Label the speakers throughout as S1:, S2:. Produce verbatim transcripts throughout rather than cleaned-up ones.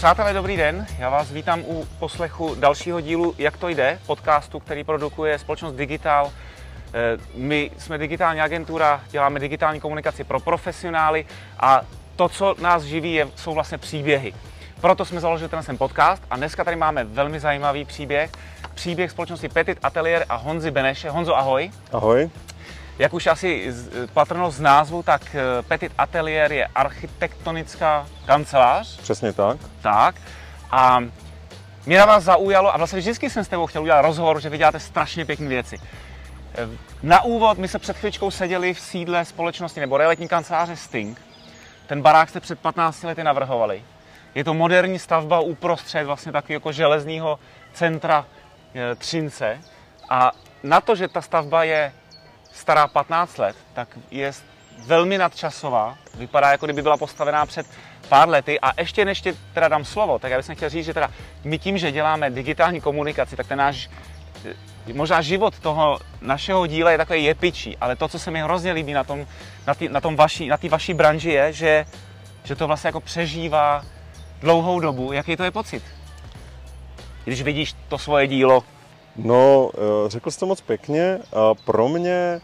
S1: Přátelé, dobrý den. Já vás vítám u poslechu dalšího dílu Jak to jde, podcastu, který produkuje společnost Digital. My jsme digitální agentura, děláme digitální komunikaci pro profesionály a to, co nás živí, je, jsou vlastně příběhy. Proto jsme založili ten podcast a dneska tady máme velmi zajímavý příběh. Příběh společnosti Petit Atelier a Honzy Beneše. Honzo, ahoj.
S2: Ahoj.
S1: Jak už asi patrno z názvu, tak Petit Atelier je architektonická kancelář.
S2: Přesně tak.
S1: Tak. A mě na vás zaujalo, a vlastně vždycky jsem s tebou chtěl udělat rozhovor, že vy děláte strašně pěkné věci. Na úvod, my se před chvíličkou seděli v sídle společnosti nebo realitní kanceláře Sting. Ten barák jste před patnácti lety navrhovali. Je to moderní stavba uprostřed vlastně takového jako železného centra Třince. A na to, že ta stavba je stará patnáct let, tak je velmi nadčasová. Vypadá, jako kdyby byla postavená před pár lety. A ještě než ti teda dám slovo, tak já bych chtěl říct, že teda my tím, že děláme digitální komunikaci, tak ten náš možná život toho našeho díla je takový jepičí, ale to, co se mi hrozně líbí na tom, na tý, na tom vaší, na té vaší branži je, že, že to vlastně jako přežívá dlouhou dobu. Jaký to je pocit, když vidíš to svoje dílo?
S2: No, řekl jsi to moc pěkně. Pro mě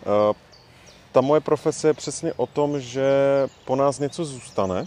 S2: ta moje profese je přesně o tom, že po nás něco zůstane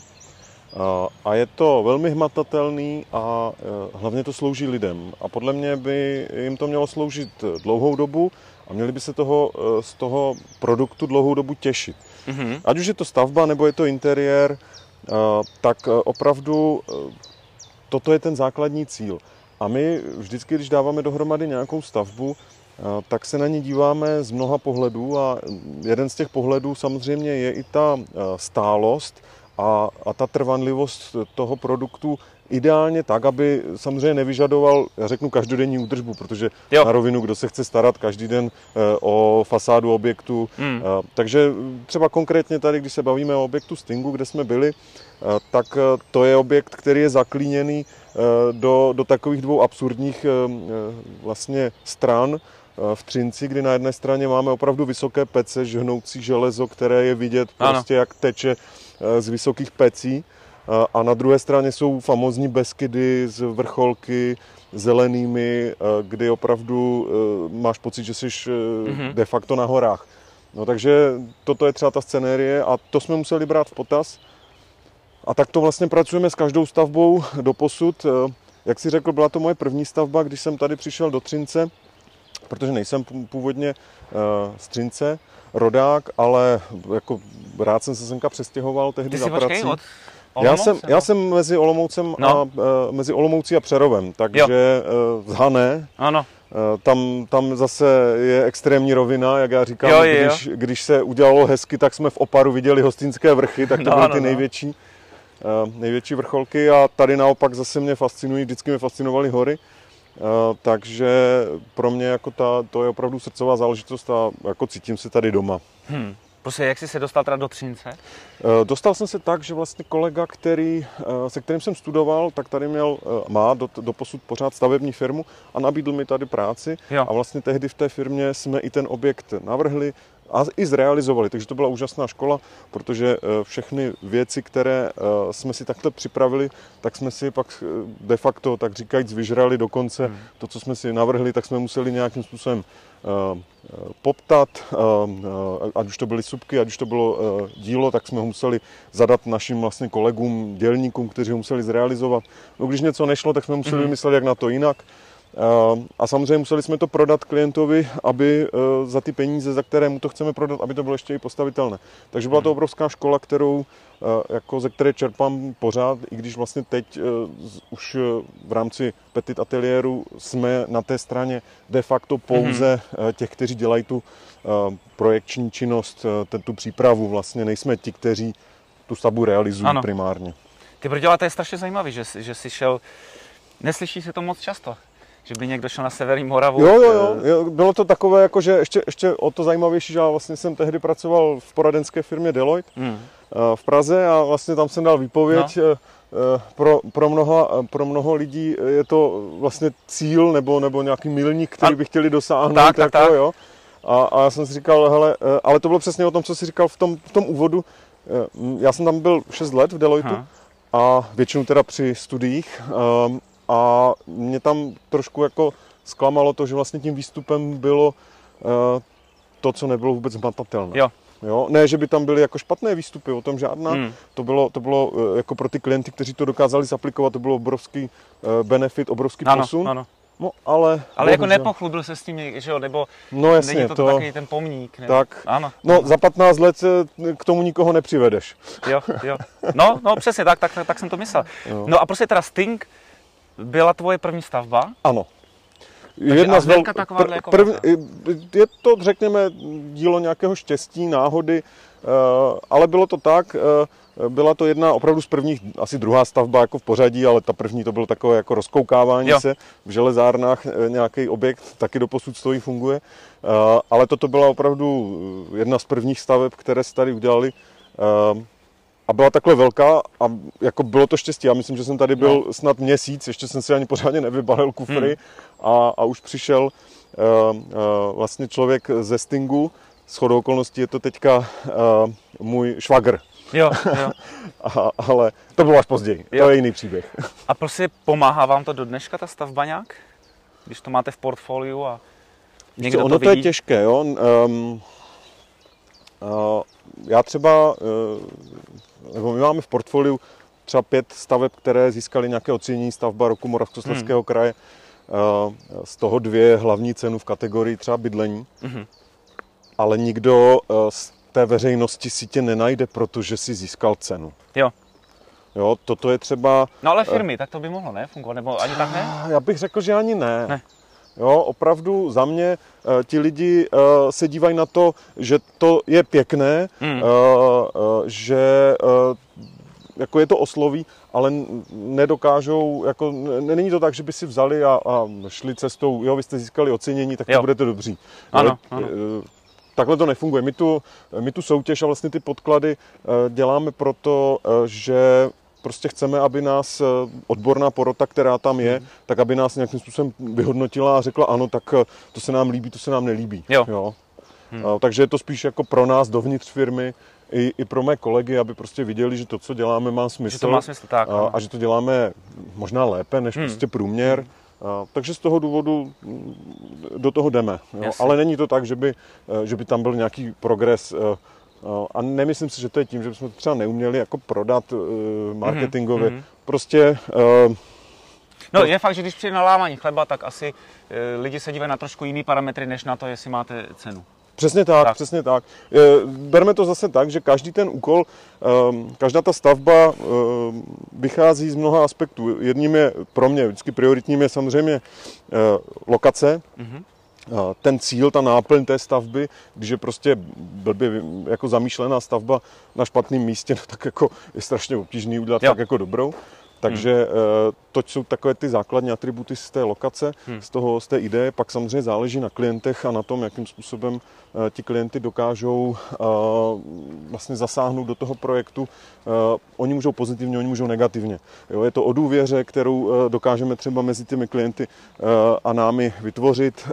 S2: a je to velmi hmatatelný a hlavně to slouží lidem. A podle mě by jim to mělo sloužit dlouhou dobu a měli by se toho, z toho produktu dlouhou dobu těšit. Mm-hmm. Ať už je to stavba nebo je to interiér, tak opravdu toto je ten základní cíl. A my vždycky, když dáváme dohromady nějakou stavbu, tak se na ní díváme z mnoha pohledů a jeden z těch pohledů samozřejmě je i ta stálost a, a ta trvanlivost toho produktu ideálně tak, aby samozřejmě nevyžadoval, já řeknu, každodenní údržbu, protože jo. Na rovinu, kdo se chce starat každý den o fasádu objektu. Hmm. Takže třeba konkrétně tady, když se bavíme o objektu Stingu, kde jsme byli, tak to je objekt, který je zaklíněný do, do takových dvou absurdních vlastně stran v Třinci, kdy na jedné straně máme opravdu vysoké pece, žhnoucí železo, které je vidět prostě, jak teče z vysokých pecí. A na druhé straně jsou famózní Beskydy z vrcholky zelenými, kdy opravdu máš pocit, že jsi mm-hmm. de facto na horách. No takže toto je třeba ta scenérie a to jsme museli brát v potaz. A tak to vlastně pracujeme s každou stavbou doposud. Jak si řekl, byla to moje první stavba, když jsem tady přišel do Třince, protože nejsem původně z Třince, rodák, ale jako rád jsem se semka přestěhoval tehdy za prací.
S1: Od...
S2: Já jsem, já jsem mezi Olomoucem no. a, mezi Olomoucí a Přerovem, takže jo. z Hané.
S1: Ano.
S2: Tam, tam zase je extrémní rovina, jak já říkám,
S1: jo, je,
S2: když, když se udělalo hezky, tak jsme v Oparu viděli Hostýnské vrchy, tak to no, byly ty no, největší, no. největší vrcholky a tady naopak zase mě fascinují, vždycky mě fascinovaly hory. Uh, takže pro mě jako ta, to je opravdu srdcová záležitost a jako cítím se tady doma.
S1: Hmm. Prostě jak jsi se dostal teda do Třince?
S2: Uh, dostal jsem se tak, že vlastně kolega, který, uh, se kterým jsem studoval, tak tady měl, uh, má do, doposud pořád stavební firmu a nabídl mi tady práci. Jo. A vlastně tehdy v té firmě jsme i ten objekt navrhli a i zrealizovali, takže to byla úžasná škola, protože všechny věci, které jsme si takhle připravili, tak jsme si pak de facto, tak říkajíc, vyžrali do konce. Hmm. To, co jsme si navrhli, tak jsme museli nějakým způsobem poptat, ať už to byly supky, ať už to bylo dílo, tak jsme ho museli zadat našim vlastně kolegům, dělníkům, kteří ho museli zrealizovat. No, když něco nešlo, tak jsme museli vymyslet, jak na to jinak. A samozřejmě museli jsme to prodat klientovi, aby za ty peníze, za které mu to chceme prodat, aby to bylo ještě i postavitelné. Takže byla to obrovská škola, kterou, jako ze které čerpám pořád, i když vlastně teď už v rámci Petit Ateliéru jsme na té straně de facto pouze těch, kteří dělají tu projekční činnost, tu přípravu. Vlastně nejsme ti, kteří tu stavbu realizují ano. primárně.
S1: Ty prodělá, to je strašně zajímavý, že, že jsi šel, neslyší se to moc často. Že by někdo šel na Severní Moravu.
S2: Jo, jo, jo. Bylo to takové, jako, že ještě, ještě o to zajímavější, že já vlastně jsem tehdy pracoval v poradenské firmě Deloitte hmm. v Praze a vlastně tam jsem dal výpověď. No. Pro, pro, mnoha, pro mnoho lidí je to vlastně cíl nebo, nebo nějaký milník, který by chtěli dosáhnout.
S1: Tak, tak,
S2: jako,
S1: tak.
S2: Jo. A, a já jsem si říkal, hele, ale to bylo přesně o tom, co jsi říkal v tom, v tom úvodu. Já jsem tam byl šest let v Deloittu. Aha. a většinou teda při studiích. A mě tam trošku jako zklamalo to, že vlastně tím výstupem bylo to, co nebylo vůbec hmatatelné.
S1: Jo.
S2: Jo? Ne, že by tam byly jako špatné výstupy, o tom žádná.
S1: Hmm.
S2: To bylo, to bylo jako pro ty klienty, kteří to dokázali zaplikovat, to bylo obrovský benefit, obrovský
S1: ano,
S2: posun.
S1: Ano.
S2: No, ale
S1: ale jako nepochlubil se s tím, že jo, nebo
S2: no, jasně,
S1: není to,
S2: to
S1: takový ten pomník. Ne?
S2: Tak,
S1: ano.
S2: No za patnáct let k tomu nikoho nepřivedeš.
S1: Jo, jo. No, no přesně, tak, tak, tak, tak jsem to myslel. Jo. No a prostě teda Sting byla tvoje první stavba?
S2: Ano.
S1: Takže jedna z velkých taková
S2: jako prv, je to, řekněme, dílo nějakého štěstí, náhody, ale bylo to tak, byla to jedna opravdu z prvních, asi druhá stavba jako v pořadí, ale ta první to bylo takové jako rozkoukávání jo. se v železárnách, nějaký objekt taky doposud stojí, funguje, ale toto byla opravdu jedna z prvních staveb, které se tady udělali. A byla takhle velká a jako bylo to štěstí. Já myslím, že jsem tady byl no. snad měsíc, ještě jsem si ani pořádně nevybalil kufry hmm. a, a už přišel uh, uh, vlastně člověk ze Stingu. Shodou okolností je to teďka uh, můj švagr.
S1: Jo, jo.
S2: a, ale to bylo až později, jo. To je jiný příběh.
S1: A prostě pomáhá vám to do dneška ta stavba nějak? Když to máte v portfoliu a někdo
S2: to ono
S1: to vidí?
S2: To je těžké, jo. Um, uh, já třeba... Uh, nebo my máme v portfoliu třeba pět staveb, které získaly nějaké ocenění stavba roku Moravskoslezského hmm. kraje. Z toho dvě hlavní cenu v kategorii třeba bydlení. Hmm. Ale nikdo z té veřejnosti si tě nenajde, protože si získal cenu.
S1: Jo.
S2: Jo, toto je třeba...
S1: No ale firmy, tak to by mohlo, ne? Fungovat, nebo ani tak ne?
S2: Já bych řekl, že ani ne.
S1: Ne.
S2: Jo, opravdu za mě ti lidi se dívají na to, že to je pěkné, mm. že jako je to osloví, ale nedokážou, jako není to tak, že by si vzali a, a šli cestou, jo, vy jste získali ocenění, tak to jo. budete dobří.
S1: Ano,
S2: jo,
S1: ano.
S2: Takhle to nefunguje. My tu, my tu soutěž a vlastně ty podklady děláme proto, že prostě chceme, aby nás odborná porota, která tam je, hmm. tak aby nás nějakým způsobem vyhodnotila a řekla ano, tak to se nám líbí, to se nám nelíbí.
S1: Jo.
S2: Jo. Hmm. Takže je to spíš jako pro nás dovnitř firmy i, i pro mé kolegy, aby prostě viděli, že to, co děláme, má smysl.
S1: Že to má smysl, tak.
S2: A, a že to děláme možná lépe než hmm. prostě průměr. Hmm. A, takže z toho důvodu do toho jdeme. Jo. Ale není to tak, že by, že by tam byl nějaký progres. A nemyslím si, že to je tím, že bychom to třeba neuměli jako prodat uh, marketingově. Mm-hmm. Prostě... Uh,
S1: no to... je fakt, že když přijde na lámání chleba, tak asi uh, lidi se dívají na trošku jiný parametry, než na to, jestli máte cenu.
S2: Přesně tak, tak. přesně tak. Uh, berme to zase tak, že každý ten úkol, um, každá ta stavba uh, vychází z mnoha aspektů. Jedním je pro mě vždycky prioritním je samozřejmě uh, lokace. Mm-hmm. Ten cíl, ta náplň té stavby, když je prostě blbě jako zamýšlená stavba na špatném místě, no tak jako je strašně obtížný udělat jo. tak jako dobrou. Takže hmm. to jsou takové ty základní atributy z té lokace, hmm. z, toho, z té ideje. Pak samozřejmě záleží na klientech a na tom, jakým způsobem ti klienty dokážou vlastně zasáhnout do toho projektu. Oni můžou pozitivně, oni můžou negativně. Jo, je to o důvěře, kterou dokážeme třeba mezi těmi klienty a námi vytvořit.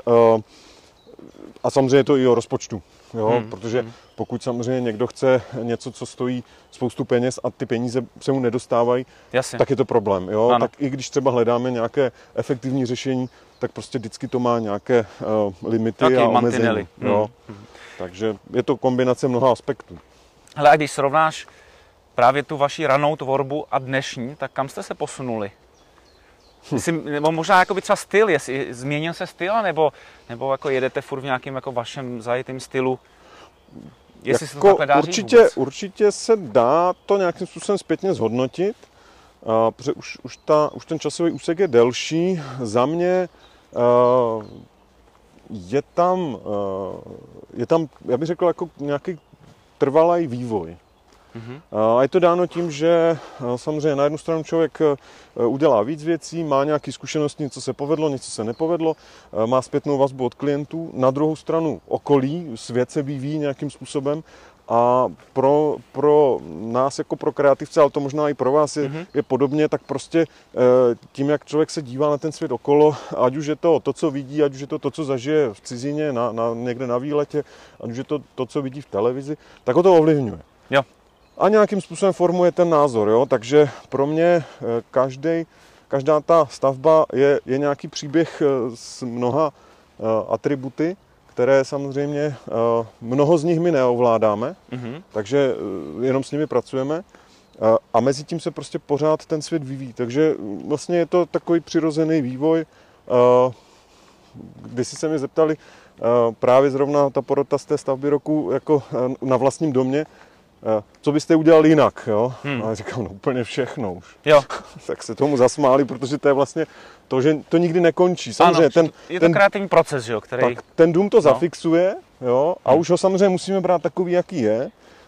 S2: A samozřejmě je to i o rozpočtu. Jo, hmm. protože pokud samozřejmě někdo chce něco, co stojí spoustu peněz a ty peníze se mu nedostávají, Jasně. tak je to problém. Jo? Tak i když třeba hledáme nějaké efektivní řešení, tak prostě vždycky to má nějaké uh, limity Taky a omezení. Jo? Hmm. Takže je to kombinace mnoha aspektů.
S1: Hele, a když srovnáš právě tu vaši ranou tvorbu a dnešní, tak kam jste se posunuli? Myslím, nebo možná jako by třeba styl, jestli změnil se styl, nebo, nebo jako jedete furt v nějakém jako vašem zajetém stylu? Jestli jako se to takhle dá
S2: určitě, určitě se dá to nějakým způsobem zpětně zhodnotit, a, protože už, už, ta, už ten časový úsek je delší. Za mě a, je tam, a, je tam, já bych řekl, jako nějaký trvalý vývoj. Mm-hmm. A je to dáno tím, že samozřejmě na jednu stranu člověk udělá víc věcí, má nějaké zkušenosti, něco se povedlo, něco se nepovedlo, má zpětnou vazbu od klientů, na druhou stranu okolí, svět se vyvíjí nějakým způsobem a pro, pro nás jako pro kreativce, ale to možná i pro vás je, mm-hmm. je podobně, tak prostě tím, jak člověk se dívá na ten svět okolo, ať už je to to, co vidí, ať už je to to, co zažije v cizině, na, na, někde na výletě, ať už je to to, co vidí v televizi, tak ho to ovlivňuje.
S1: Jo.
S2: a nějakým způsobem formuje ten názor. Jo? Takže pro mě každý, každá ta stavba je, je nějaký příběh s mnoha atributy, které samozřejmě mnoho z nich my neovládáme, mm-hmm. takže jenom s nimi pracujeme a mezi tím se prostě pořád ten svět vyvíjí. Takže vlastně je to takový přirozený vývoj. Když si se mi zeptali právě zrovna ta porota z té stavby roku jako na vlastním domě, co byste udělali jinak, jo? Hmm. A já říkám, no úplně všechno už.
S1: Jo.
S2: Tak se tomu zasmáli, protože to je vlastně to, že to nikdy nekončí. Samozřejmě
S1: ano,
S2: ten,
S1: je to
S2: ten,
S1: kreativní proces, jo, který...
S2: Tak ten dům to
S1: no.
S2: zafixuje, jo, a hmm. už ho samozřejmě musíme brát takový, jaký je.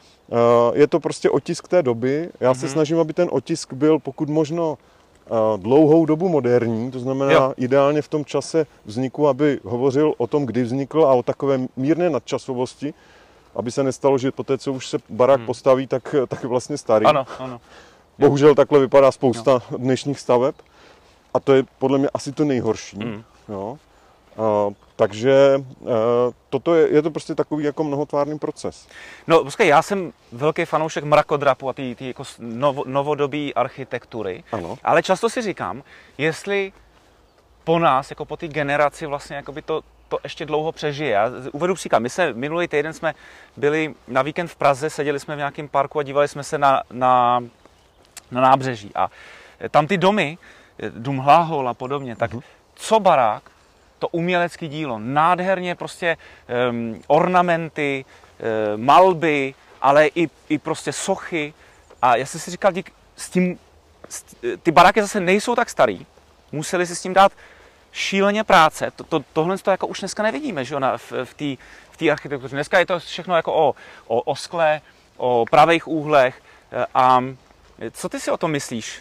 S2: Je to prostě otisk té doby. Já hmm. se snažím, aby ten otisk byl pokud možno dlouhou dobu moderní, to znamená jo. ideálně v tom čase vzniku, aby hovořil o tom, kdy vznikl a o takové mírné nadčasovosti, aby se nestalo, že po té, co už se barák hmm. postaví, tak, tak je vlastně starý.
S1: Ano, ano.
S2: Bohužel takhle vypadá spousta jo. dnešních staveb a to je podle mě asi to nejhorší. Hmm. Jo. A, takže a, toto je, je to prostě takový jako mnohotvárný proces.
S1: No, počkej, já jsem velký fanoušek mrakodrapu a ty, ty jako novo, novodobí architektury,
S2: ano.
S1: ale často si říkám, jestli po nás, jako po té generaci vlastně jakoby to, to ještě dlouho přežije. Já uvedu příklad. My se minulý týden jsme byli na víkend v Praze, seděli jsme v nějakém parku a dívali jsme se na, na, na nábřeží. A tam ty domy, dům Hláhol a podobně, tak uh-huh. co barák, to umělecké dílo. Nádherně prostě um, ornamenty, um, malby, ale i, i prostě sochy. A já jsem si říkal, dík, s tím, s, ty baráky zase nejsou tak starý. Museli si s tím dát šíleně práce. To, to, tohle to jako už dneska nevidíme, že jo, na, v, v té v té architektuře. Dneska je to všechno jako o, o, o skle, o pravých úhlech. A co ty si o tom myslíš?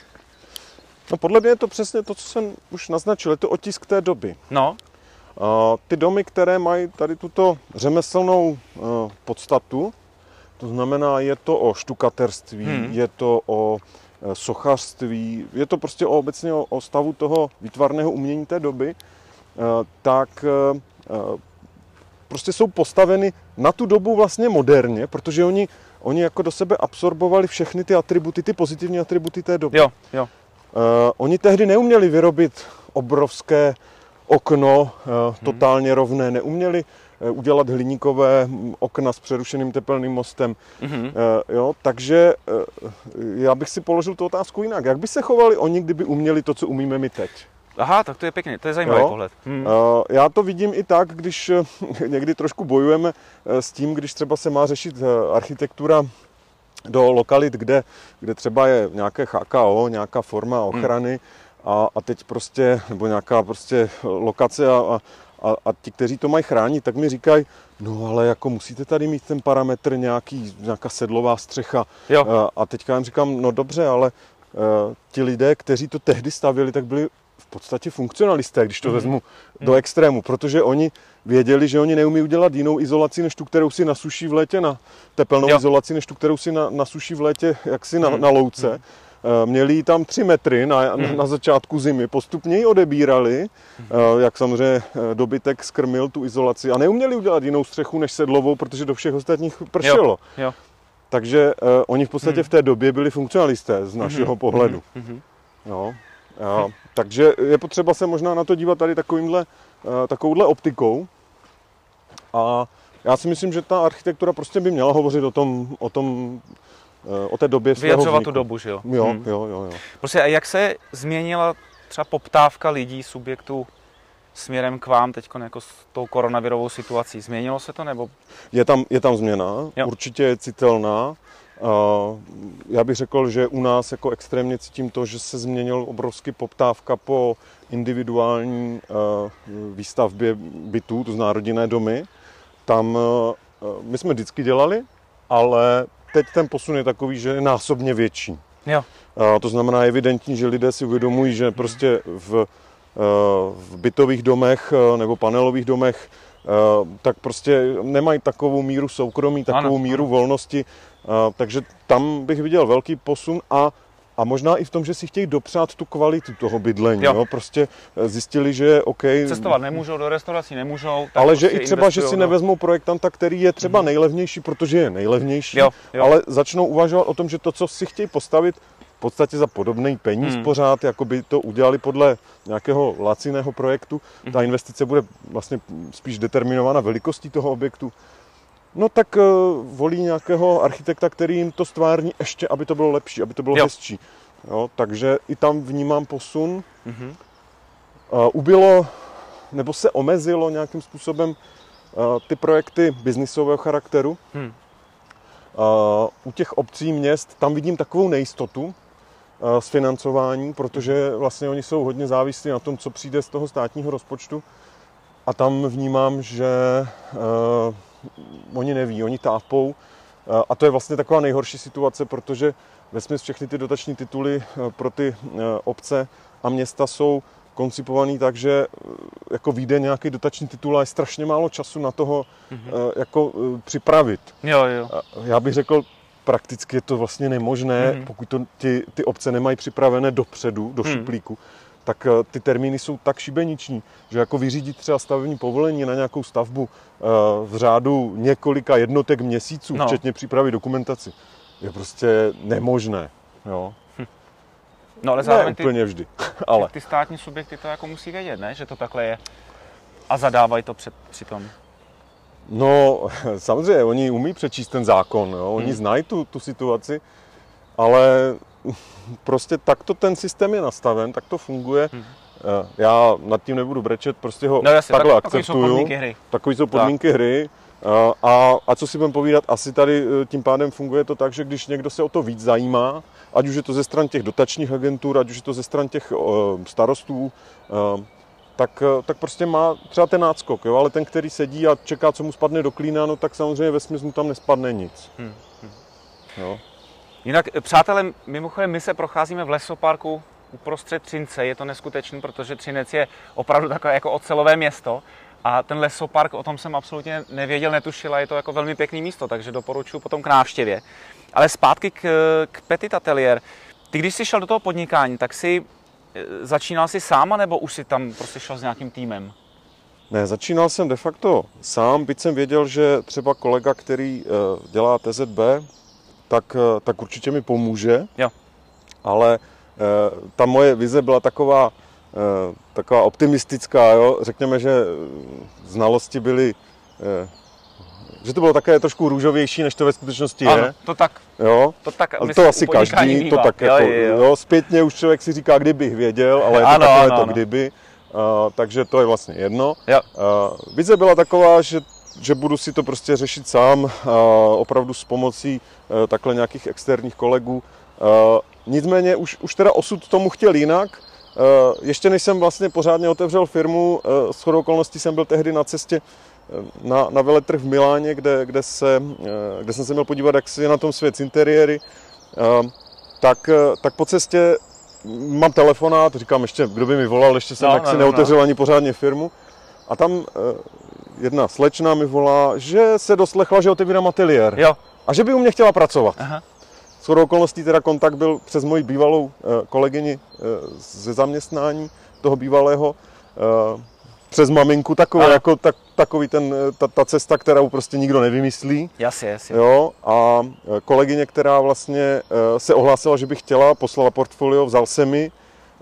S2: No podle mě je to přesně to, co jsem už naznačil. Je to otisk té doby.
S1: No.
S2: A ty domy, které mají tady tuto řemeslnou uh, podstatu, to znamená, je to o štukaterství, hmm. je to o uh, sochařství, je to prostě o, obecně o, o stavu toho výtvarného umění té doby, uh, tak uh, prostě jsou postaveny na tu dobu vlastně moderně, protože oni, oni jako do sebe absorbovali všechny ty atributy, ty pozitivní atributy té doby.
S1: Jo, jo.
S2: Uh, oni tehdy neuměli vyrobit obrovské okno uh, totálně rovné, neuměli uh, udělat hliníkové okna s přerušeným tepelným mostem. Mm-hmm. Uh, jo, takže uh, já bych si položil tu otázku jinak. Jak by se chovali oni, kdyby uměli to, co umíme my teď?
S1: Aha, tak to je pěkně, to je zajímavý jo? pohled. Hmm.
S2: Uh, já to vidím i tak, když uh, někdy trošku bojujeme uh, s tím, když třeba se má řešit uh, architektura do lokalit, kde, kde třeba je nějaké H K O, nějaká forma ochrany hmm. a, a teď prostě, nebo nějaká prostě lokace a, a, a ti, kteří to mají chránit, tak mi říkají, no ale jako musíte tady mít ten parametr nějaký, nějaká sedlová střecha. Jo. Uh, a teďka jim říkám, no dobře, ale uh, ti lidé, kteří to tehdy stavěli, tak byli v podstatě funkcionalisté, když to mm. vezmu mm. do extrému, protože oni věděli, že oni neumí udělat jinou izolaci, než tu, kterou si nasuší v létě na tepelnou jo. izolaci, než tu, kterou si na, nasuší v létě jaksi na, mm. na louce. Mm. Měli ji tam tři metry na, mm. na začátku zimy, postupně ji odebírali, mm. jak samozřejmě dobytek skrmil tu izolaci a neuměli udělat jinou střechu než sedlovou, protože do všech ostatních pršelo.
S1: Jo. Jo.
S2: Takže uh, oni v podstatě mm. v té době byli funkcionalisté z našeho mm. pohledu.
S1: Mm.
S2: Jo. A, takže je potřeba se možná na to dívat tady takovýmhle, takovouhle optikou. A já si myslím, že ta architektura prostě by měla hovořit o tom, o tom, o té době svého vzniku.
S1: Vyjadřovat tu dobu, že jo?
S2: Jo, hmm. jo, jo, jo.
S1: Prostě a jak se změnila třeba poptávka lidí, subjektů směrem k vám teď jako s tou koronavirovou situací? Změnilo se to nebo?
S2: Je tam, je tam změna,
S1: jo.
S2: určitě je citelná. Já bych řekl, že u nás jako extrémně cítím to, že se změnil obrovsky poptávka po individuální výstavbě bytů, to znamená rodinné domy. Tam my jsme vždycky dělali, ale teď ten posun je takový, že je násobně větší.
S1: Jo.
S2: To znamená evidentní, že lidé si uvědomují, že prostě v, v bytových domech nebo panelových domech tak prostě nemají takovou míru soukromí, takovou ano, míru ano. volnosti. Uh, takže tam bych viděl velký posun a A možná i v tom, že si chtějí dopřát tu kvalitu toho bydlení. Jo. Jo? Prostě zjistili, že OK.
S1: Cestovat nemůžou, do restaurací nemůžou.
S2: Ale prostě že i třeba, že si nevezmou projektanta, který je třeba mm. nejlevnější, protože je nejlevnější, jo, jo. ale začnou uvažovat o tom, že to, co si chtějí postavit, v podstatě za podobný peníz mm. pořád, jako by to udělali podle nějakého laciného projektu. Mm. Ta investice bude vlastně spíš determinována velikostí toho objektu. No tak uh, volí nějakého architekta, který jim to stvární ještě, aby to bylo lepší, aby to bylo jo. hezčí. Jo, takže i tam vnímám posun. Mm-hmm. Uh, ubylo, nebo se omezilo nějakým způsobem uh, ty projekty biznisového charakteru. Hmm. Uh, u těch obcí, měst, tam vidím takovou nejistotu uh, s financováním, protože vlastně oni jsou hodně závislí na tom, co přijde z toho státního rozpočtu. A tam vnímám, že uh, oni neví, oni tápou. A to je vlastně taková nejhorší situace, protože vesměs všechny ty dotační tituly pro ty obce a města jsou koncipovaný tak, že jako vyjde nějaký dotační titul a je strašně málo času na toho mm-hmm. jako připravit.
S1: Jo, jo.
S2: Já bych řekl, prakticky je to vlastně nemožné, mm-hmm. pokud to ty, ty obce nemají připravené dopředu, do mm. šuplíku, tak ty termíny jsou tak šibeniční, že jako vyřídit třeba stavební povolení na nějakou stavbu v řádu několika jednotek měsíců, no. včetně přípravy dokumentaci, je prostě nemožné. Jo.
S1: Hm. No ale zároveň
S2: ne, úplně
S1: ty,
S2: vždy, ale.
S1: Ty státní subjekty to jako musí vědět, ne? Že to takhle je a zadávají to před, přitom.
S2: No samozřejmě, oni umí přečíst ten zákon, jo? Oni hm. znají tu, tu situaci, ale prostě takto ten systém je nastaven, tak to funguje. Hmm. Já nad tím nebudu brečet, prostě ho no jasně, takhle tak, akceptuju. Takový jsou podmínky hry. Takový jsou podmínky tak. hry. A, a co si budeme povídat, asi tady tím pádem funguje to tak, že když někdo se o to víc zajímá, ať už je to ze stran těch dotačních agentur, ať už je to ze stran těch starostů, tak, tak prostě má třeba ten náskok, jo? Ale ten, který sedí a čeká, co mu spadne do klína, no tak samozřejmě vesměs mu tam nespadne nic. Hmm. Jo?
S1: Jinak, přátelé, mimochodem, my se procházíme v lesoparku uprostřed Třince. Je to neskutečné, protože Třinec je opravdu takové jako ocelové město. A ten lesopark, o tom jsem absolutně nevěděl, netušil, a je to jako velmi pěkný místo, takže doporučuji potom k návštěvě. Ale zpátky k, k Petit Atelier. Ty, když jsi šel do toho podnikání, tak si začínal si sám, nebo už si tam prostě šel s nějakým týmem?
S2: Ne, začínal jsem de facto sám, byť jsem věděl, že třeba kolega, který dělá T Z B, Tak, tak určitě mi pomůže, jo. ale e, ta moje vize byla taková, e, taková optimistická, jo? Řekněme, že znalosti byly, e, že to bylo také trošku růžovější, než to ve skutečnosti
S1: ano,
S2: je.
S1: to tak,
S2: jo?
S1: to tak
S2: ale to asi každý, to tak jo, jako, jo. Jo, zpětně už člověk si říká, kdybych věděl, ale je to ano, takové ano, to ano. kdyby, a, takže to je vlastně jedno. A, vize byla taková, že že budu si to prostě řešit sám, opravdu s pomocí takhle nějakých externích kolegů. Nicméně už, už teda osud tomu chtěl jinak. Ještě než jsem vlastně pořádně otevřel firmu, shodou okolností jsem byl tehdy na cestě na, na veletrh v Miláně, kde, kde, se, kde jsem se měl podívat, jak je na tom svět s interiéry. Tak, tak po cestě mám telefonát, říkám ještě, kdo by mi volal, ještě jsem no, jaksi no, neotevřel no. ani pořádně firmu. A tam jedna slečna mi volá, že se doslechla, že otevírám ateliér. Jo. A že by u mě chtěla pracovat. Aha. Shodou okolností teda kontakt byl přes moji bývalou kolegyni ze zaměstnání toho bývalého, přes maminku, takové, jako, tak, takový ten, ta, ta cesta, kterou prostě nikdo nevymyslí.
S1: Jasně, jasně.
S2: Jo, a kolegyně, která vlastně se ohlásila, že by chtěla, poslala portfolio, vzal se mi,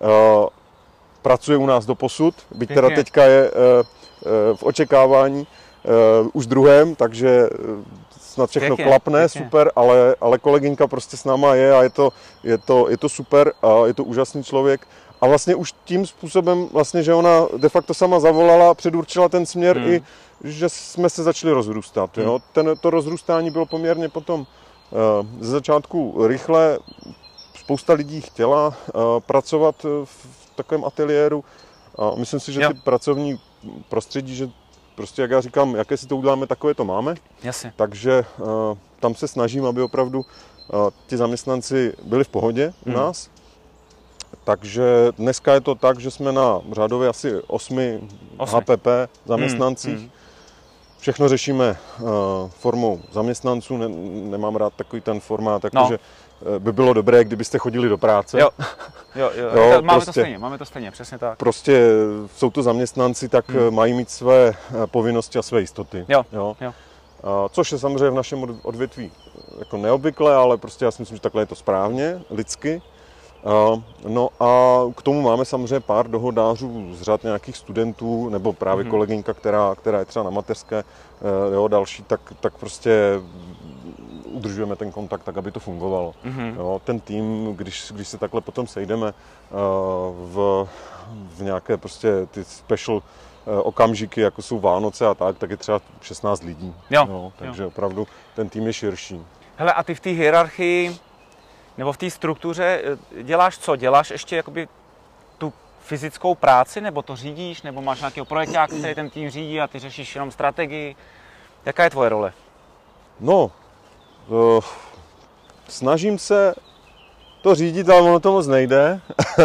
S2: pracuje u nás doposud, byť teda teďka je v očekávání uh, už druhém, takže snad všechno pěkně, klapne, pěkně. super, ale, ale kolegyňka prostě s náma je a je to, je, to, je to super a je to úžasný člověk. A vlastně už tím způsobem, vlastně, že ona de facto sama zavolala, předurčila ten směr hmm. i, že jsme se začali rozrůstat. Hmm. Jo? Ten, to rozrůstání bylo poměrně potom uh, ze začátku rychle. Spousta lidí chtěla uh, pracovat v takovém ateliéru. A myslím si, že jo. ty pracovní prostředí, že prostě, jak já říkám, jaké si to uděláme, takové to máme.
S1: Jasně.
S2: Takže uh, tam se snažím, aby opravdu uh, ti zaměstnanci byli v pohodě u hmm. nás. Takže dneska je to tak, že jsme na řádově asi osmi H P P zaměstnancích. Hmm. všechno řešíme uh, formou zaměstnanců, ne, nemám rád takový ten formát, jako
S1: no.
S2: že uh, by bylo dobré, kdybyste chodili do práce.
S1: Jo, jo, jo. jo máme prostě, to stejně, máme to stejně, přesně tak.
S2: Prostě jsou to zaměstnanci, tak hmm. mají mít své povinnosti a své jistoty.
S1: Jo,
S2: jo.
S1: jo.
S2: Uh, což je samozřejmě v našem odvětví jako neobvyklé, ale prostě já si myslím, že takhle je to správně, lidsky. Uh, no a k tomu máme samozřejmě pár dohodářů z řad nějakých studentů, nebo právě mm-hmm. kolegyňka, která, která je třeba na mateřské, uh, jo, další, tak, tak prostě udržujeme ten kontakt tak, aby to fungovalo. Mm-hmm. Jo, ten tým, když, když se takhle potom sejdeme uh, v, v nějaké prostě ty special uh, okamžiky, jako jsou Vánoce a tak, tak je třeba šestnáct lidí.
S1: Jo.
S2: Jo, takže
S1: jo.
S2: opravdu ten tým je širší.
S1: Hele, a ty v té hierarchii nebo v té struktuře děláš co? Děláš ještě jakoby tu fyzickou práci, nebo to řídíš, nebo máš nějakého projektáka, který ten tým řídí a ty řešíš jenom strategii? Jaká je tvoje role?
S2: No, uh, snažím se to řídit, ale ono to moc nejde.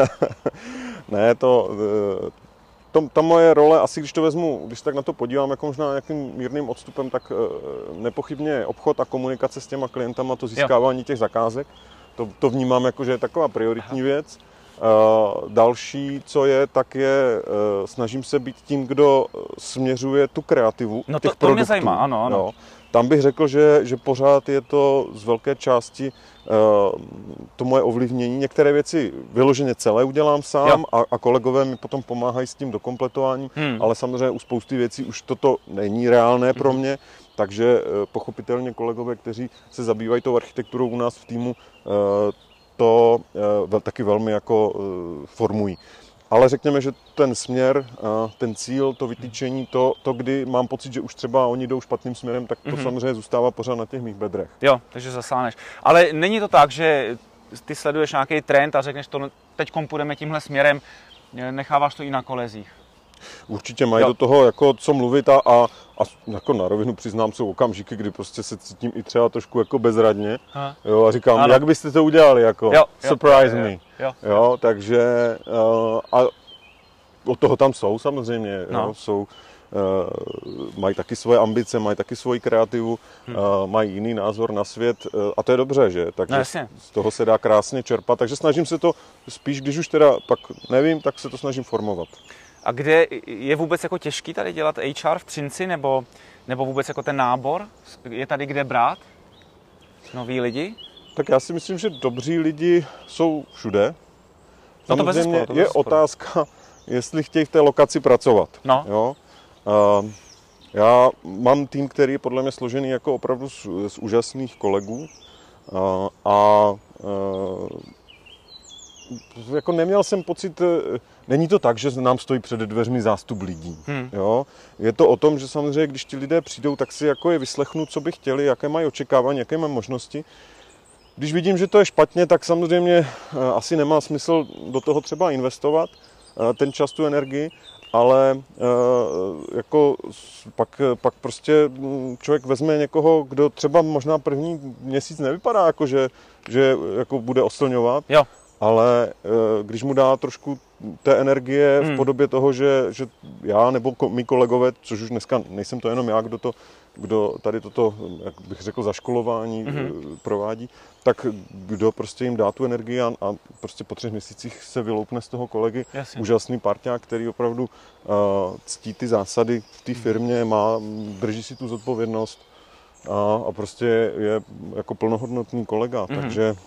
S2: ne, to, uh, to, ta moje role, asi když to vezmu, když tak na to podívám, jako možná nějakým mírným odstupem, tak uh, nepochybně obchod a komunikace s těma klientama, to získávání jo. těch zakázek. To, to vnímám jako, že je taková prioritní Aha. věc. Uh, další, co je, tak je, uh, snažím se být tím, kdo směřuje tu kreativu
S1: no
S2: těch
S1: to, to
S2: produktů.
S1: mě zajímá, ano, ano.
S2: Jo. Tam bych řekl, že, že pořád je to z velké části uh, to moje ovlivnění. Některé věci vyloženě celé udělám sám a, a kolegové mi potom pomáhají s tím dokompletováním, hmm. ale samozřejmě u spousty věcí už toto není reálné hmm. pro mě. Takže pochopitelně kolegové, kteří se zabývají tou architekturou u nás v týmu, to taky velmi jako formují. Ale řekněme, že ten směr, ten cíl, to vytýčení, to, to kdy mám pocit, že už třeba oni jdou špatným směrem, tak to mm-hmm. samozřejmě zůstává pořád na těch mých bedrech.
S1: Jo, takže zasáneš. Ale není to tak, že ty sleduješ nějaký trend a řekneš, to teď půjdeme tímhle směrem, necháváš to i na kolezích?
S2: Určitě mají jo. do toho jako co mluvit a, a, a jako na rovinu přiznám, jsou okamžiky, kdy prostě se cítím i třeba trošku jako bezradně jo, a říkám, ano. jak byste to udělali, jako jo, surprise jo, me. Jo, jo. Jo, takže uh, a od toho tam jsou samozřejmě, no. jo, jsou, uh, mají taky svoje ambice, mají taky svoji kreativu, hmm. uh, mají jiný názor na svět uh, a to je dobře, že? Takže no, z toho se dá krásně čerpat, takže snažím se to spíš, když už teda pak nevím, tak se to snažím formovat.
S1: A kde je vůbec jako těžký tady dělat H R v Třinci, nebo, nebo vůbec jako ten nábor? Je tady kde brát noví lidi?
S2: Tak já si myslím, že dobří lidi jsou všude. Samozřejmě
S1: no to
S2: je otázka, jestli chtějí v té lokaci pracovat.
S1: No.
S2: Jo? Uh, já mám tým, který je podle mě složený jako opravdu z, z úžasných kolegů uh, a uh, jako neměl jsem pocit, není to tak, že nám stojí před dveřmi zástup lidí. Hmm. Jo? Je to o tom, že samozřejmě, když ti lidé přijdou, tak si jako je vyslechnu, co by chtěli, jaké mají očekávání, jaké mají možnosti. Když vidím, že to je špatně, tak samozřejmě asi nemá smysl do toho třeba investovat ten čas, tu energii, ale jako pak, pak prostě člověk vezme někoho, kdo třeba možná první měsíc nevypadá, jako že, že jako bude oslňovat.
S1: Jo.
S2: Ale když mu dá trošku té energie v podobě toho, že, že já nebo mý kolegové, což už dneska nejsem to jenom já, kdo, to, kdo tady toto, jak bych řekl, zaškolování mm-hmm. provádí, tak kdo prostě jim dá tu energii a, a prostě po třech měsících se vyloupne z toho kolegy. Jasně. Úžasný parťák, který opravdu uh, ctí ty zásady v té firmě, má, drží si tu zodpovědnost a, a prostě je jako plnohodnotný kolega, mm-hmm. takže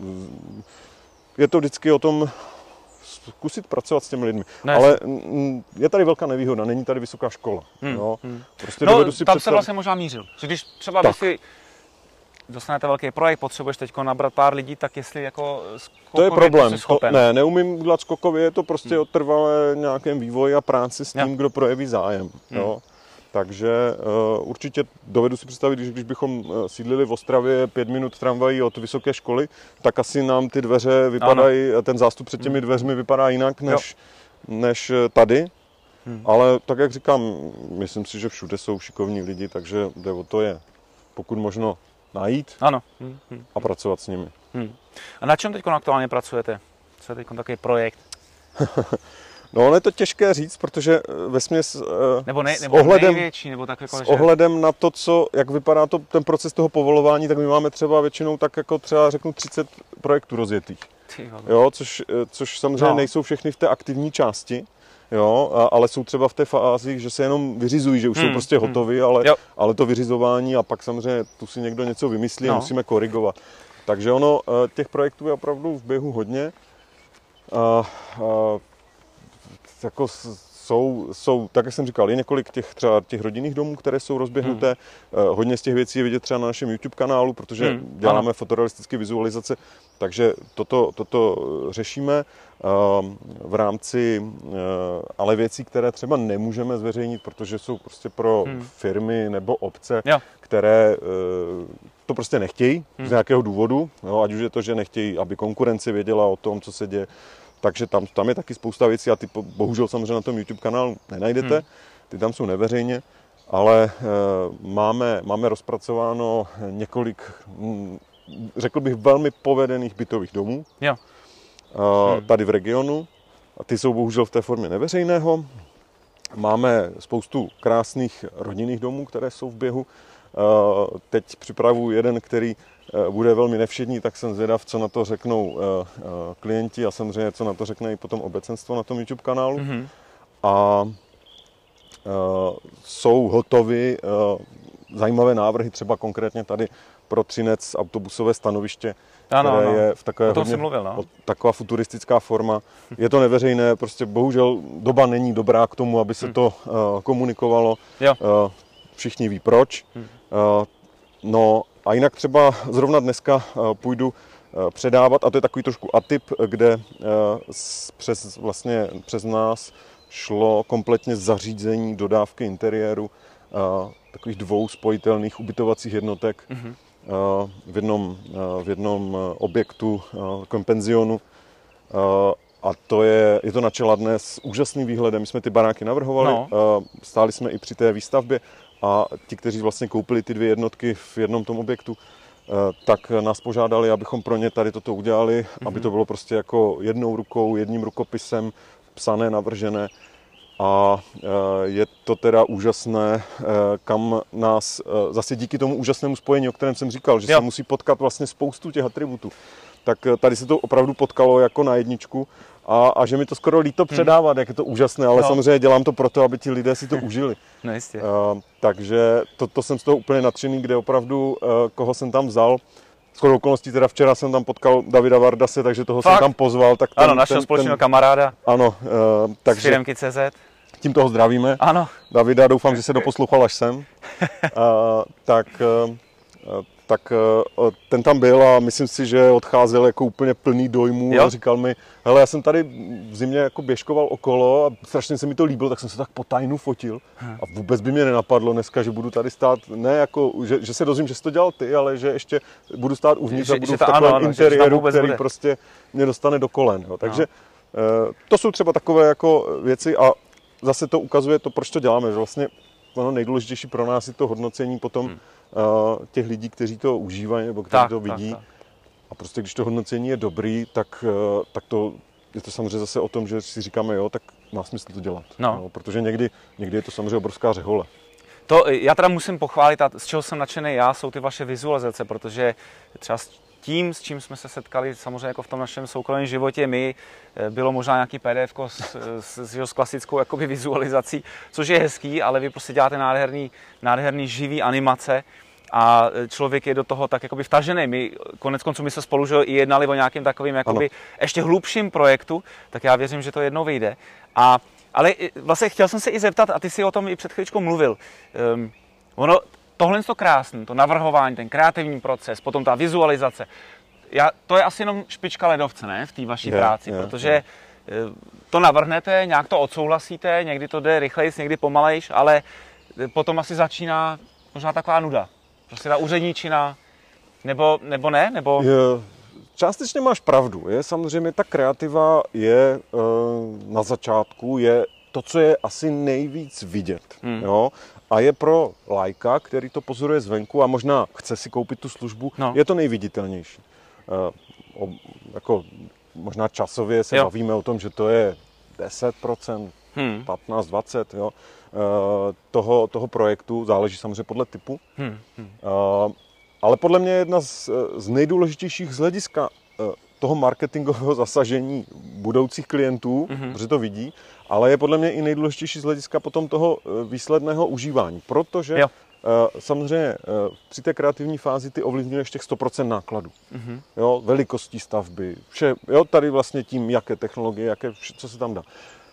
S2: je to vždycky o tom zkusit pracovat s těmi lidmi. Ne, ale je tady velká nevýhoda, není tady vysoká škola.
S1: Hmm,
S2: jo.
S1: Hmm.
S2: Prostě
S1: no,
S2: dovedu si
S1: tam
S2: představ...
S1: se vlastně možná mířil. Že když třeba by si dostanete velký projekt, potřebuješ teď nabrat pár lidí, tak jestli jako skokově
S2: to je problém.
S1: jsi schopen.
S2: To, ne, neumím udělat skokově, je to prostě hmm. o trvalé nějakém vývoji a práci s tím, ja. kdo projeví zájem. Hmm. Jo. Takže uh, určitě dovedu si představit, když, když bychom uh, sídlili v Ostravě pět minut tramvají od vysoké školy, tak asi nám ty dveře vypadají, ano. ten zástup před těmi dveřmi vypadá jinak než, než tady. Hmm. Ale tak, jak říkám, myslím si, že všude jsou šikovní lidi, takže jde o to je pokud možno najít
S1: ano. Hmm. Hmm.
S2: a pracovat s nimi.
S1: Hmm. A na čem teď aktuálně pracujete? Co je teď takový projekt?
S2: No, ale je to těžké říct, protože vesměs
S1: nebo, ne,
S2: s
S1: nebo
S2: ohledem,
S1: největší, nebo tak jako,
S2: s
S1: že...
S2: ohledem na to, co, jak vypadá to, ten proces toho povolování, tak my máme třeba většinou tak jako třeba řeknu třicet projektů rozjetých. Jo, což, což samozřejmě no. nejsou všechny v té aktivní části, jo, a, ale jsou třeba v té fázi, že se jenom vyřizují, že už hmm. jsou prostě hotoví, ale, ale to vyřizování a pak samozřejmě tu si někdo něco vymyslí no. a musíme korigovat. Takže ono, těch projektů je opravdu v běhu hodně. A, a, jako jsou, jsou, tak jak jsem říkal, je několik těch třeba těch rodinných domů, které jsou rozběhnuté. Hmm. Hodně z těch věcí je vidět třeba na našem YouTube kanálu, protože hmm. děláme ano. fotorealistické vizualizace, takže toto, toto řešíme v rámci ale věcí, které třeba nemůžeme zveřejnit, protože jsou prostě pro hmm. firmy nebo obce, jo. které to prostě nechtějí hmm. z nějakého důvodu, jo, ať už je to, že nechtějí, aby konkurence věděla o tom, co se děje. Takže tam, tam je taky spousta věcí a ty bohužel samozřejmě na tom YouTube kanálu nenajdete, hmm. ty tam jsou neveřejně, ale e, máme, máme rozpracováno několik, m, řekl bych, velmi povedených bytových domů
S1: jo.
S2: E, hmm. tady v regionu. A ty jsou bohužel v té formě neveřejného. Máme spoustu krásných rodinných domů, které jsou v běhu. E, teď připravuji jeden, který bude velmi nevšední, tak jsem zvědav, co na to řeknou klienti a samozřejmě, co na to řekne i potom obecenstvo na tom YouTube kanálu. Mm-hmm. A jsou hotovy zajímavé návrhy, třeba konkrétně tady pro Třinec autobusové stanoviště, ano, které ano. je v takové hodně,
S1: mluvil, no.
S2: taková futuristická forma. Je to neveřejné, prostě bohužel doba není dobrá k tomu, aby se hmm. to komunikovalo. Jo. Všichni ví proč. Hmm. No, a jinak třeba zrovna dneska půjdu předávat, a to je takový trošku atyp, kde přes, vlastně, přes nás šlo kompletně zařízení dodávky interiéru takových dvou spojitelných ubytovacích jednotek mm-hmm. v, jednom, v jednom objektu, takovém penzionu. A to je, je to na Čeladné s úžasným výhledem. My jsme ty baráky navrhovali, no. stáli jsme i při té výstavbě. A ti, kteří vlastně koupili ty dvě jednotky v jednom tom objektu, tak nás požádali, abychom pro ně tady toto udělali, mm-hmm. aby to bylo prostě jako jednou rukou, jedním rukopisem psané, navržené. A je to teda úžasné, kam nás, zase díky tomu úžasnému spojení, o kterém jsem říkal, že jo. se musí potkat vlastně spoustu těch atributů, tak tady se to opravdu potkalo jako na jedničku. A, a že mi to skoro líto předávat, hmm. jak je to úžasné, ale no. samozřejmě dělám to proto, aby ti lidé si to užili.
S1: No jistě.
S2: Uh, takže to, to jsem z toho úplně nadšený, kde opravdu, uh, koho jsem tam vzal. Shodou okolností teda včera jsem tam potkal Davida Vardase, takže toho Fakt? jsem tam pozval. Tak ten,
S1: ano, našeho společného kamaráda.
S2: Ano. Uh, takže
S1: z firemky tečka cé zet.
S2: Tím toho zdravíme.
S1: Ano.
S2: Davida, doufám, že se doposlouchal až sem. uh, tak... Uh, tak ten tam byl a myslím si, že odcházel jako úplně plný dojmů jo. a říkal mi, hele, já jsem tady v zimě jako běžkoval okolo a strašně se mi to líbilo, tak jsem se tak po tajnu fotil a vůbec by mě nenapadlo dneska, že budu tady stát, ne jako, že, že se dozvím, že jsi to dělal ty, ale že ještě budu stát uvnitř že, a budu v takovém ano, ano, interiéru, který bude. prostě mě dostane do kolen. Jo. Takže no. to jsou třeba takové jako věci a zase to ukazuje to, proč to děláme, že vlastně ono nejdůležitější pro nás je to hodnocení potom hmm. uh, těch lidí, kteří to užívají nebo kteří tak, to vidí. Tak, tak. A prostě když to hodnocení je dobrý, tak, uh, tak to je to samozřejmě zase o tom, že si říkáme, jo, tak má smysl to dělat. No. No, protože někdy, někdy je to samozřejmě obrovská řehole.
S1: To já teda musím pochválit, a z čeho jsem nadšený já, jsou ty vaše vizualizace, protože třeba tím, s čím jsme se setkali samozřejmě jako v tom našem soukromém životě, my bylo možná nějaký pé dé efko s, s, s klasickou jakoby vizualizací, což je hezký, ale vy prostě děláte nádherný, nádherný živý animace a člověk je do toho tak jakoby vtažený. My konec konců my se spolu že i jednali o nějakým takovým jakoby ještě hlubším projektu, tak já věřím, že to jednou vyjde. A, ale vlastně chtěl jsem se i zeptat, a ty si o tom i před chvíličkou mluvil, um, ono, tohle je to krásné, to navrhování, ten kreativní proces, potom ta vizualizace. Já, to je asi jenom špička ledovce, ne, v té vaší je, práci, je, protože je. to navrhnete, nějak to odsouhlasíte, někdy to jde rychlejš, někdy pomalejš, ale potom asi začíná možná taková nuda. Prostě ta úředníčina, nebo, nebo ne, nebo...
S2: Je, částečně máš pravdu, je samozřejmě ta kreativa je na začátku, je to, co je asi nejvíc vidět, hmm. jo. A je pro laika, který to pozoruje zvenku a možná chce si koupit tu službu, no. je to nejviditelnější. E, o, jako, možná časově se jo. bavíme o tom, že to je deset procent,
S1: Hmm.
S2: patnáct dvacet jo, toho, toho projektu, záleží samozřejmě podle typu.
S1: Hmm. Hmm.
S2: Ale podle mě je jedna z, z nejdůležitějších z hlediska toho marketingového zasažení budoucích klientů, mm-hmm. protože to vidí, ale je podle mě i nejdůležitější z hlediska potom toho výsledného užívání, protože jo. samozřejmě při té kreativní fázi ty ovlivňuješ těch sto procent nákladů. Mm-hmm. Jo, velikostí stavby, vše, jo, tady vlastně tím, jaké technologie, jaké, co se tam dá.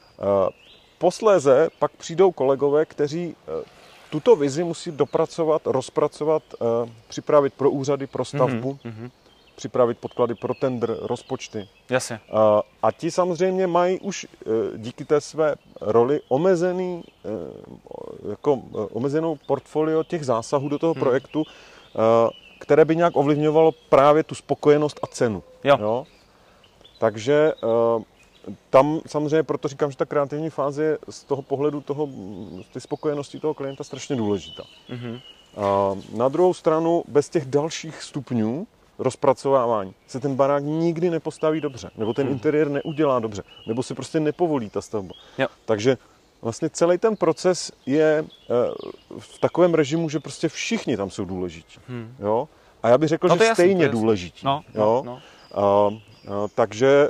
S2: Posléze pak přijdou kolegové, kteří tuto vizi musí dopracovat, rozpracovat, připravit pro úřady, pro stavbu, mm-hmm. připravit podklady pro tendr, rozpočty.
S1: Jasně.
S2: A, a ti samozřejmě mají už díky té své roli omezený, jako omezenou portfolio těch zásahů do toho hmm. projektu, které by nějak ovlivňovalo právě tu spokojenost a cenu.
S1: Jo.
S2: Jo? Takže tam samozřejmě, proto říkám, že ta kreativní fáze je z toho pohledu toho, ty spokojenosti toho klienta strašně důležitá. Mm-hmm. A na druhou stranu, bez těch dalších stupňů rozpracovávání se ten barák nikdy nepostaví dobře, nebo ten hmm. interiér neudělá dobře, nebo se prostě nepovolí ta stavba. Jo. Takže vlastně celý ten proces je v takovém režimu, že prostě všichni tam jsou důležití. Hmm. Jo? A já bych řekl, no že jasný, stejně důležití. No, jo? No, no. A, a, takže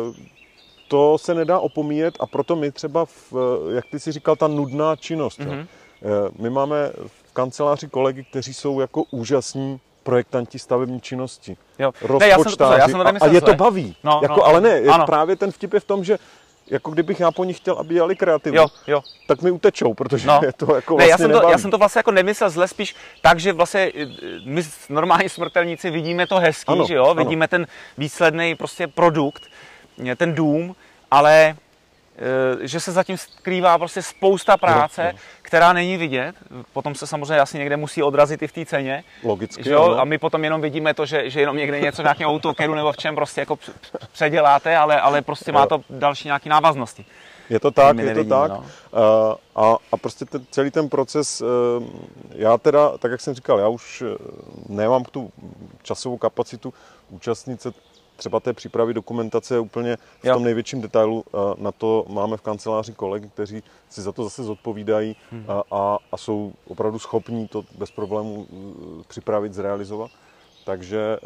S2: to se nedá opomíjet a proto my třeba, v, jak ty si říkal, ta nudná činnost. Mm-hmm. Jo? My máme v kanceláři kolegy, kteří jsou jako úžasní projektanti stavební činnosti. Jo. Ne, já jsem to, já jsem to a, a je to baví. No, jako, no, ale ne, je právě ten vtip je v tom, že jako kdybych já po nich chtěl, aby dělali kreativu, jo, jo. tak mi utečou, protože no. je to jako
S1: ne,
S2: vlastně
S1: já jsem
S2: nebaví.
S1: to, já jsem to vlastně jako nemyslel zle, spíš tak, že vlastně my normální smrtelníci vidíme to hezký, ano, že jo, ano. vidíme ten výsledný prostě produkt, ten dům, ale že se zatím skrývá prostě spousta práce, no, no. která není vidět. Potom se samozřejmě asi někde musí odrazit i v té ceně.
S2: Logicky,
S1: že jo? A my potom jenom vidíme to, že, že jenom někde něco v nějakém AutoCADu nebo v čem prostě jako předěláte, ale, ale prostě má to další nějaké návaznosti.
S2: Je to tak, je to tak. No. A, a prostě ten, celý ten proces, já teda, tak jak jsem říkal, já už nemám tu časovou kapacitu účastnit se třeba té přípravy dokumentace úplně v jo. tom největším detailu. Na to máme v kanceláři kolegy, kteří si za to zase zodpovídají hmm. a, a jsou opravdu schopní to bez problémů připravit, zrealizovat. Takže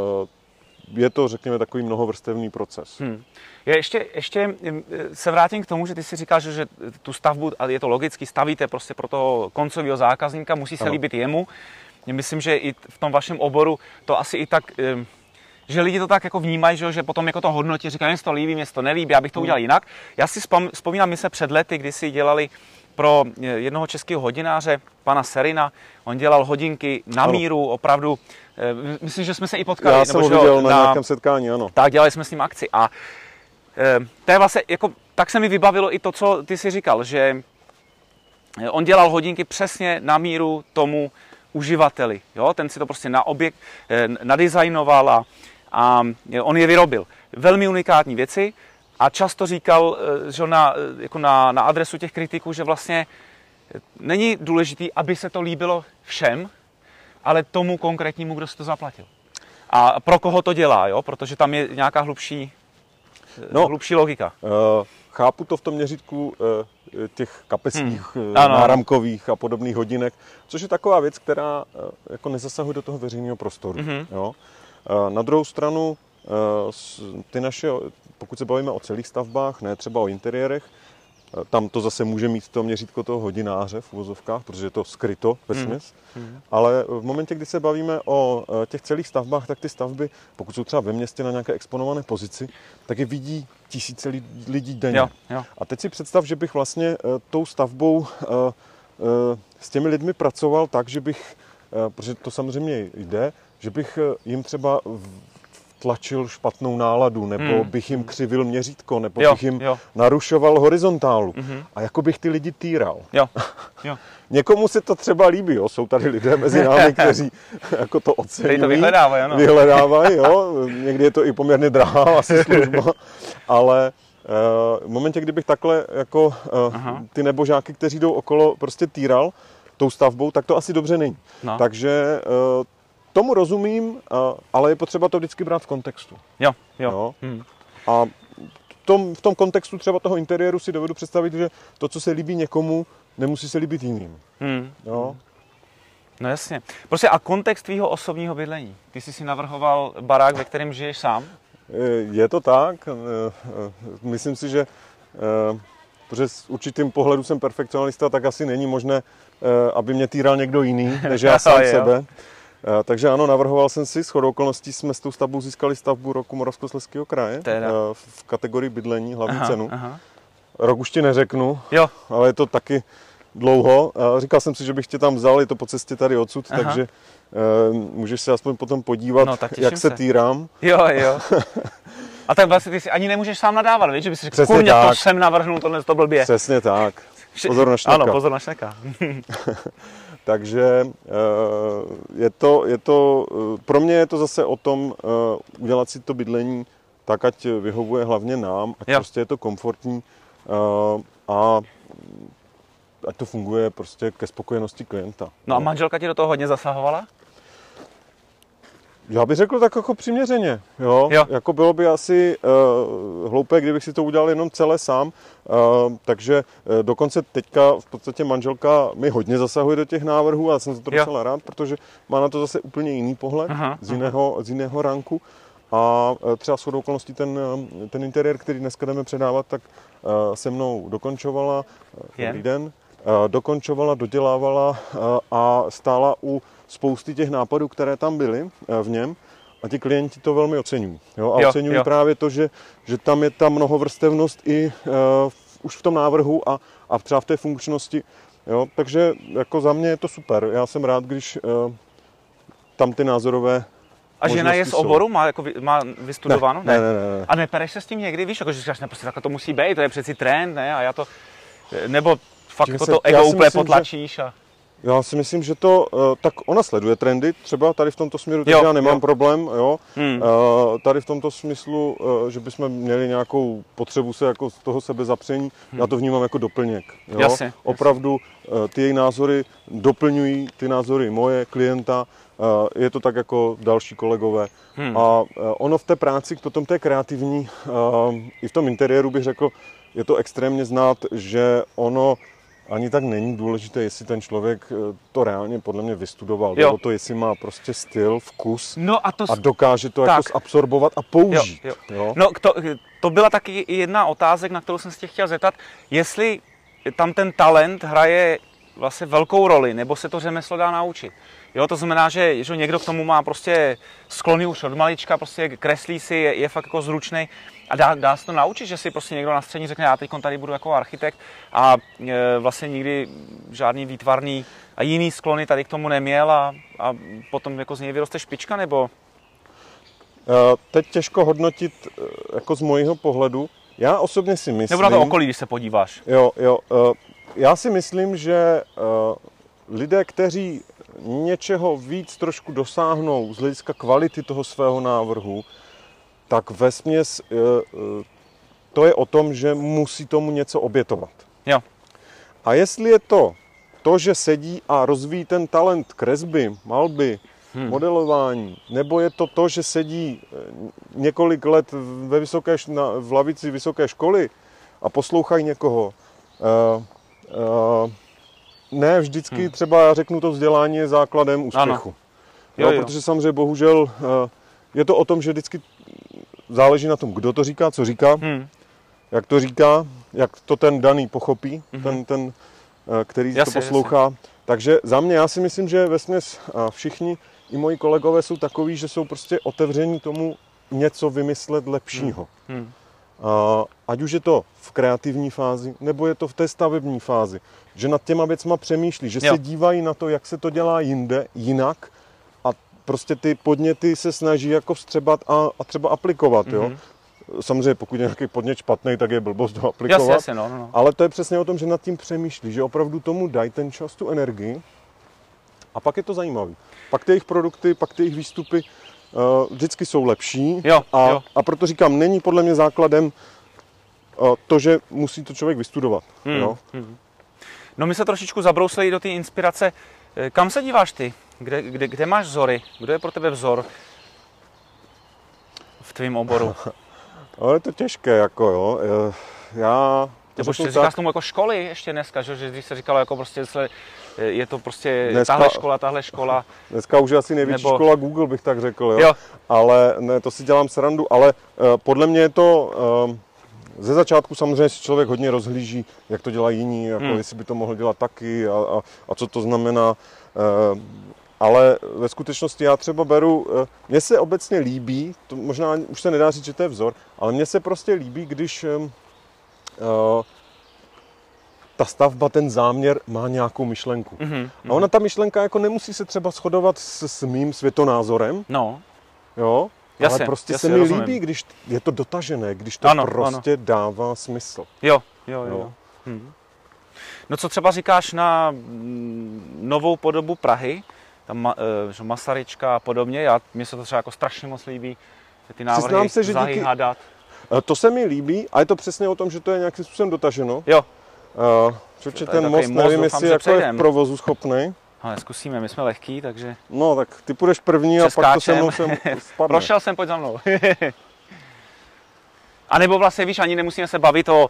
S2: je to, řekněme, takový mnohovrstevný proces. Hmm.
S1: Je ještě, ještě se vrátím k tomu, že ty si říkal, že, že tu stavbu, a je to logicky, stavíte prostě pro toho koncového zákazníka, musí se ano. líbit jemu. Myslím, že i v tom vašem oboru to asi i tak... že lidi to tak jako vnímají, že, že potom jako to hodnotí, říkají, mě to líbí, mě to nelíbí, já bych to udělal jinak. Já si vzpomínám, my se před lety, kdy si dělali pro jednoho českého hodináře, pana Serina, on dělal hodinky na míru, opravdu, myslím, že jsme se i potkali.
S2: Já jsem ho viděl na, na nějakém setkání, ano.
S1: Tak, dělali jsme s ním akci a to je vlastně, jako, tak se mi vybavilo i to, co ty si říkal, že on dělal hodinky přesně na míru tomu uživateli, jo? Ten si to prostě na objekt nadizajnoval a a on je vyrobil. Velmi unikátní věci a často říkal, že na, jako na, na adresu těch kritiků, že vlastně není důležitý, aby se to líbilo všem, ale tomu konkrétnímu, kdo si to zaplatil. A pro koho to dělá, jo? Protože tam je nějaká hlubší, no, hlubší logika.
S2: Uh, chápu to v tom měřítku uh, těch kapesních, hmm. náramkových a podobných hodinek, což je taková věc, která uh, jako nezasahuje do toho veřejného prostoru. Hmm. Jo? Na druhou stranu, ty naše, pokud se bavíme o celých stavbách, ne třeba o interiérech, tam to zase může mít to měřítko toho hodináře v uvozovkách, protože je to skryto vesměs. Hmm. Ale v momentě, kdy se bavíme o těch celých stavbách, tak ty stavby, pokud jsou třeba ve městě na nějaké exponované pozici, tak je vidí tisíce lidí denně. Jo, jo. A teď si představ, že bych vlastně tou stavbou s těmi lidmi pracoval tak, že bych, protože to samozřejmě jde, že bych jim třeba tlačil špatnou náladu, nebo hmm. bych jim křivil měřítko, nebo jo, bych jim jo. narušoval horizontálu. Mm-hmm. A jako bych ty lidi týral. Jo. Jo. Někomu se to třeba líbí, jo? Jsou tady lidé mezi námi, kteří jako to oceňují.
S1: to vyhledávají, ano.
S2: Vyhledávají, jo. Někdy je to i poměrně drahá asi služba, ale uh, v momentě, kdybych takhle jako uh, ty nebožáky, kteří jdou okolo, prostě týral tou stavbou, tak to asi dobře není. No. Takže uh, tomu rozumím, ale je potřeba to vždycky brát v kontextu.
S1: Jo, jo. jo? Hmm.
S2: A tom, v tom kontextu třeba toho interiéru si dovedu představit, že to, co se líbí někomu, nemusí se líbit jiným. Hmm. Jo?
S1: No jasně. Prostě a kontext tvýho osobního bydlení? Ty jsi si navrhoval barák, ve kterém žiješ sám?
S2: Je to tak. Myslím si, že protože s určitým pohledu jsem perfekcionalista, tak asi není možné, aby mě týral někdo jiný, než já sám sebe. Takže ano, navrhoval jsem si, shodou okolností jsme s tou stavbou získali stavbu roku Moravskoslezského kraje teda v kategorii bydlení, hlavní aha, cenu. Aha. Rok už ti neřeknu, jo. Ale je to taky dlouho. Říkal jsem si, že bych tě tam vzal, je to po cestě tady odsud, aha. takže uh, můžeš se aspoň potom podívat, no, jak se týrám.
S1: Jo, jo. A tak vlastně ty si ani nemůžeš sám nadávat, víš, že bys si řekl, kurně, to jsem navrhnul, tohle to blbě.
S2: Přesně tak. Pozor na šneka.
S1: Ano, pozor na šneka.
S2: Takže je to, je to, pro mě je to zase o tom udělat si to bydlení tak, ať vyhovuje hlavně nám, ať jo. prostě je to komfortní a ať to funguje prostě ke spokojenosti klienta.
S1: No a manželka ti do toho hodně zasahovala?
S2: Já bych řekl tak jako přiměřeně, jo. jo. Jako bylo by asi uh, hloupé, kdybych si to udělal jenom celé sám, uh, takže uh, dokonce teďka v podstatě manželka mi hodně zasahuje do těch návrhů a já jsem za to docela rád, protože má na to zase úplně jiný pohled, aha, z, jiného, z jiného ranku a uh, třeba shodou okolností ten, uh, ten interiér, který dneska jdeme předávat, tak uh, se mnou dokončovala, uh, dobrý den, uh, dokončovala, dodělávala uh, a stála u spousty těch nápadů, které tam byly v něm a ti klienti to velmi oceňují. Jo? A jo, oceňují jo. právě to, že, že tam je ta mnohovrstevnost i uh, už v tom návrhu a, a třeba v té funkčnosti. Jo? Takže jako za mě je to super. Já jsem rád, když uh, tam ty názorové
S1: a žena je z oboru? Má, jako, má vystudováno?
S2: Ne, ne, ne, ne.
S1: A nepereš se s tím někdy? Víš, jako, že říkáš, ne, prostě takhle to musí být, to je přeci trend, ne? A já to, nebo fakt jako to ego úplně potlačíš? Že... A...
S2: Já si myslím, že to, tak ona sleduje trendy, třeba tady v tomto směru, takže já nemám jo. problém, jo. Hmm. Tady v tomto smyslu, že bychom měli nějakou potřebu se jako z toho sebezapření, hmm. já to vnímám jako doplněk. Jo.
S1: Jasně,
S2: Opravdu ty její názory doplňují ty názory moje klienta, je to tak jako další kolegové. Hmm. A ono v té práci, potom té kreativní, i v tom interiéru bych řekl, je to extrémně znát, že ono ani tak není důležité, jestli ten člověk to reálně podle mě vystudoval, nebo to, jestli má prostě styl, vkus
S1: no a, to,
S2: a dokáže to tak. jako absorbovat a použít. Jo, jo.
S1: Jo? No to, to byla taky jedna otázek, na kterou jsem se tě chtěl zeptat, jestli tam ten talent hraje vlastně velkou roli, nebo se to řemeslo dá naučit. Jo, to znamená, že, že někdo k tomu má prostě sklony už od malička, prostě kreslí si, je, je fakt jako zručný a dá, dá se to naučit, že si prostě někdo na střední řekne, já teď tady budu jako architekt a e, vlastně nikdy žádný výtvarný a jiný sklony tady k tomu neměl a, a potom jako z něj vyroste špička, nebo?
S2: Teď těžko hodnotit jako z mojího pohledu. Já osobně si myslím...
S1: Nebo na to okolí, když se podíváš.
S2: Jo, jo. Já si myslím, že lidé, kteří něčeho víc trošku dosáhnou z hlediska kvality toho svého návrhu, tak vesměs to je o tom, že musí tomu něco obětovat.
S1: Jo.
S2: A jestli je to to, že sedí a rozvíjí ten talent kresby, malby, hmm. modelování, nebo je to to, že sedí několik let ve vysoké, v lavici vysoké školy a poslouchají někoho, uh, uh, ne, vždycky hmm. třeba, já řeknu, to vzdělání je základem úspěchu. Jo, jo. Protože samozřejmě bohužel je to o tom, že vždycky záleží na tom, kdo to říká, co říká, hmm. jak to říká, jak to ten daný pochopí, hmm. ten, ten, který jasně, to poslouchá. Jasně. Takže za mě, já si myslím, že vesměs všichni, i moji kolegové jsou takový, že jsou prostě otevření tomu něco vymyslet lepšího. Hmm. Hmm. Ať už je to v kreativní fázi, nebo je to v té stavební fázi. Že nad těma věcma přemýšlí, že jo. se dívají na to, jak se to dělá jinde, jinak a prostě ty podněty se snaží jako vstřebat a, a třeba aplikovat. Mm-hmm. Jo? Samozřejmě pokud je nějaký podnět špatný, tak je blbost ho aplikovat.
S1: Jasně, jasně, no, no.
S2: Ale to je přesně o tom, že nad tím přemýšlí, že opravdu tomu dají ten čas, tu energii a pak je to zajímavý. Pak ty jejich produkty, pak ty jejich výstupy uh, vždycky jsou lepší
S1: jo,
S2: a,
S1: jo.
S2: a proto říkám, není podle mě základem uh, to, že musí to člověk vystudovat. Hmm, jo? Hmm.
S1: No my se trošičku zabrousili do té inspirace. Kam se díváš ty? Kde, kde, kde máš vzory? Kdo je pro tebe vzor v tvém oboru?
S2: Ale je to těžké, jako jo. Já...
S1: Nebo ještě říkáš tomu jako školy ještě dneska, že když se říkalo jako prostě, je to prostě
S2: dneska,
S1: tahle škola, tahle škola.
S2: Dneska už je asi největší nebo... škola Google, bych tak řekl, jo.
S1: jo.
S2: Ale ne, to si dělám srandu, ale uh, podle mě je to, uh, ze začátku samozřejmě si člověk hodně rozhlíží, jak to dělají jiní, jako hmm. jestli by to mohl dělat taky a, a, a co to znamená. Uh, ale ve skutečnosti já třeba beru, uh, mně se obecně líbí, to možná už se nedá říct, že to je vzor, ale mně se prostě líbí, když um, uh, ta stavba, ten záměr má nějakou myšlenku. Mm-hmm. A ona ta myšlenka jako nemusí se třeba shodovat s, s mým světonázorem. No. Jo, jasně, ale prostě jasně, se mi rozumím. líbí, když je to dotažené, když to ano, prostě ano. dává smysl.
S1: Jo, jo, jo. jo. Hm. No co třeba říkáš na novou podobu Prahy, tam uh, Masaryčka a podobně, já, mně se to třeba jako strašně moc líbí, ty návrhy
S2: se, že díky... hádat. To se mi líbí a je to přesně o tom, že to je nějakým způsobem dotaženo.
S1: Jo.
S2: Uh, Čoče, ten most, most, nevím, jestli jako je v provozu schopný.
S1: Ale zkusíme, my jsme lehký, takže...
S2: No, tak ty půjdeš první a pak to se mnou sem spadne.
S1: Prošel jsem, pojď za mnou. A nebo vlastně, víš, ani nemusíme se bavit o,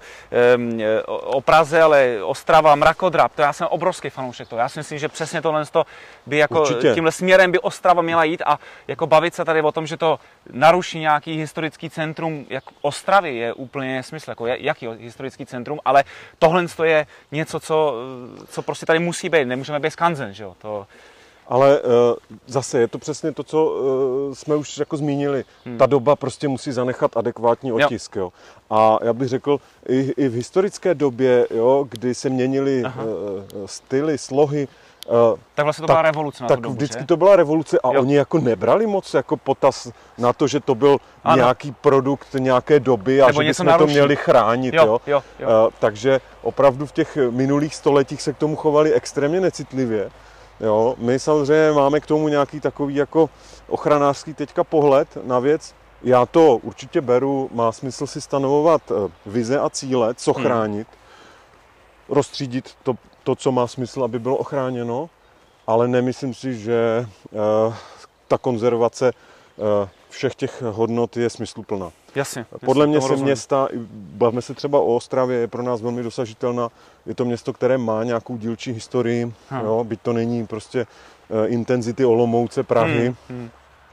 S1: o, o Praze, ale Ostrava, mrakodrap, to já jsem obrovský fanoušek toho. Já si myslím, že přesně tohle by jako tímhle směrem by Ostrava měla jít a jako bavit se tady o tom, že to naruší nějaký historický centrum, jak Ostravy je úplně nesmysl, jako jaký historický centrum, ale tohle je něco, co, co prostě tady musí být, nemůžeme být skanzen, že jo. To...
S2: Ale uh, zase je to přesně to, co uh, jsme už jako zmínili. Hmm. Ta doba prostě musí zanechat adekvátní otisk. Jo. Jo. A já bych řekl, i, i v historické době, jo, kdy se měnily uh, styly, slohy, uh,
S1: tak vlastně to byla revoluce na
S2: tak
S1: tu dobu,
S2: vždycky
S1: že?
S2: to byla revoluce a
S1: jo.
S2: oni jako nebrali moc jako potaz na to, že to byl ano. nějaký produkt nějaké doby a nebo že bychom to měli chránit. Jo, jo.
S1: Jo, jo.
S2: Uh, takže opravdu v těch minulých stoletích se k tomu chovali extrémně necitlivě. Jo, my samozřejmě máme k tomu nějaký takový jako ochranářský teďka pohled na věc. Já to určitě beru, má smysl si stanovovat vize a cíle, co chránit, hmm. rozstřídit to, to, co má smysl, aby bylo ochráněno, ale nemyslím si, že uh, ta konzervace uh, všech těch hodnot je smysluplná.
S1: Jasně.
S2: Podle mě se rozumím. Města, bavme se třeba o Ostravě, je pro nás velmi dosažitelná. Je to město, které má nějakou dílčí historii, jo, byť to není prostě uh, intenzity Olomouce, Prahy. Hmm, hmm.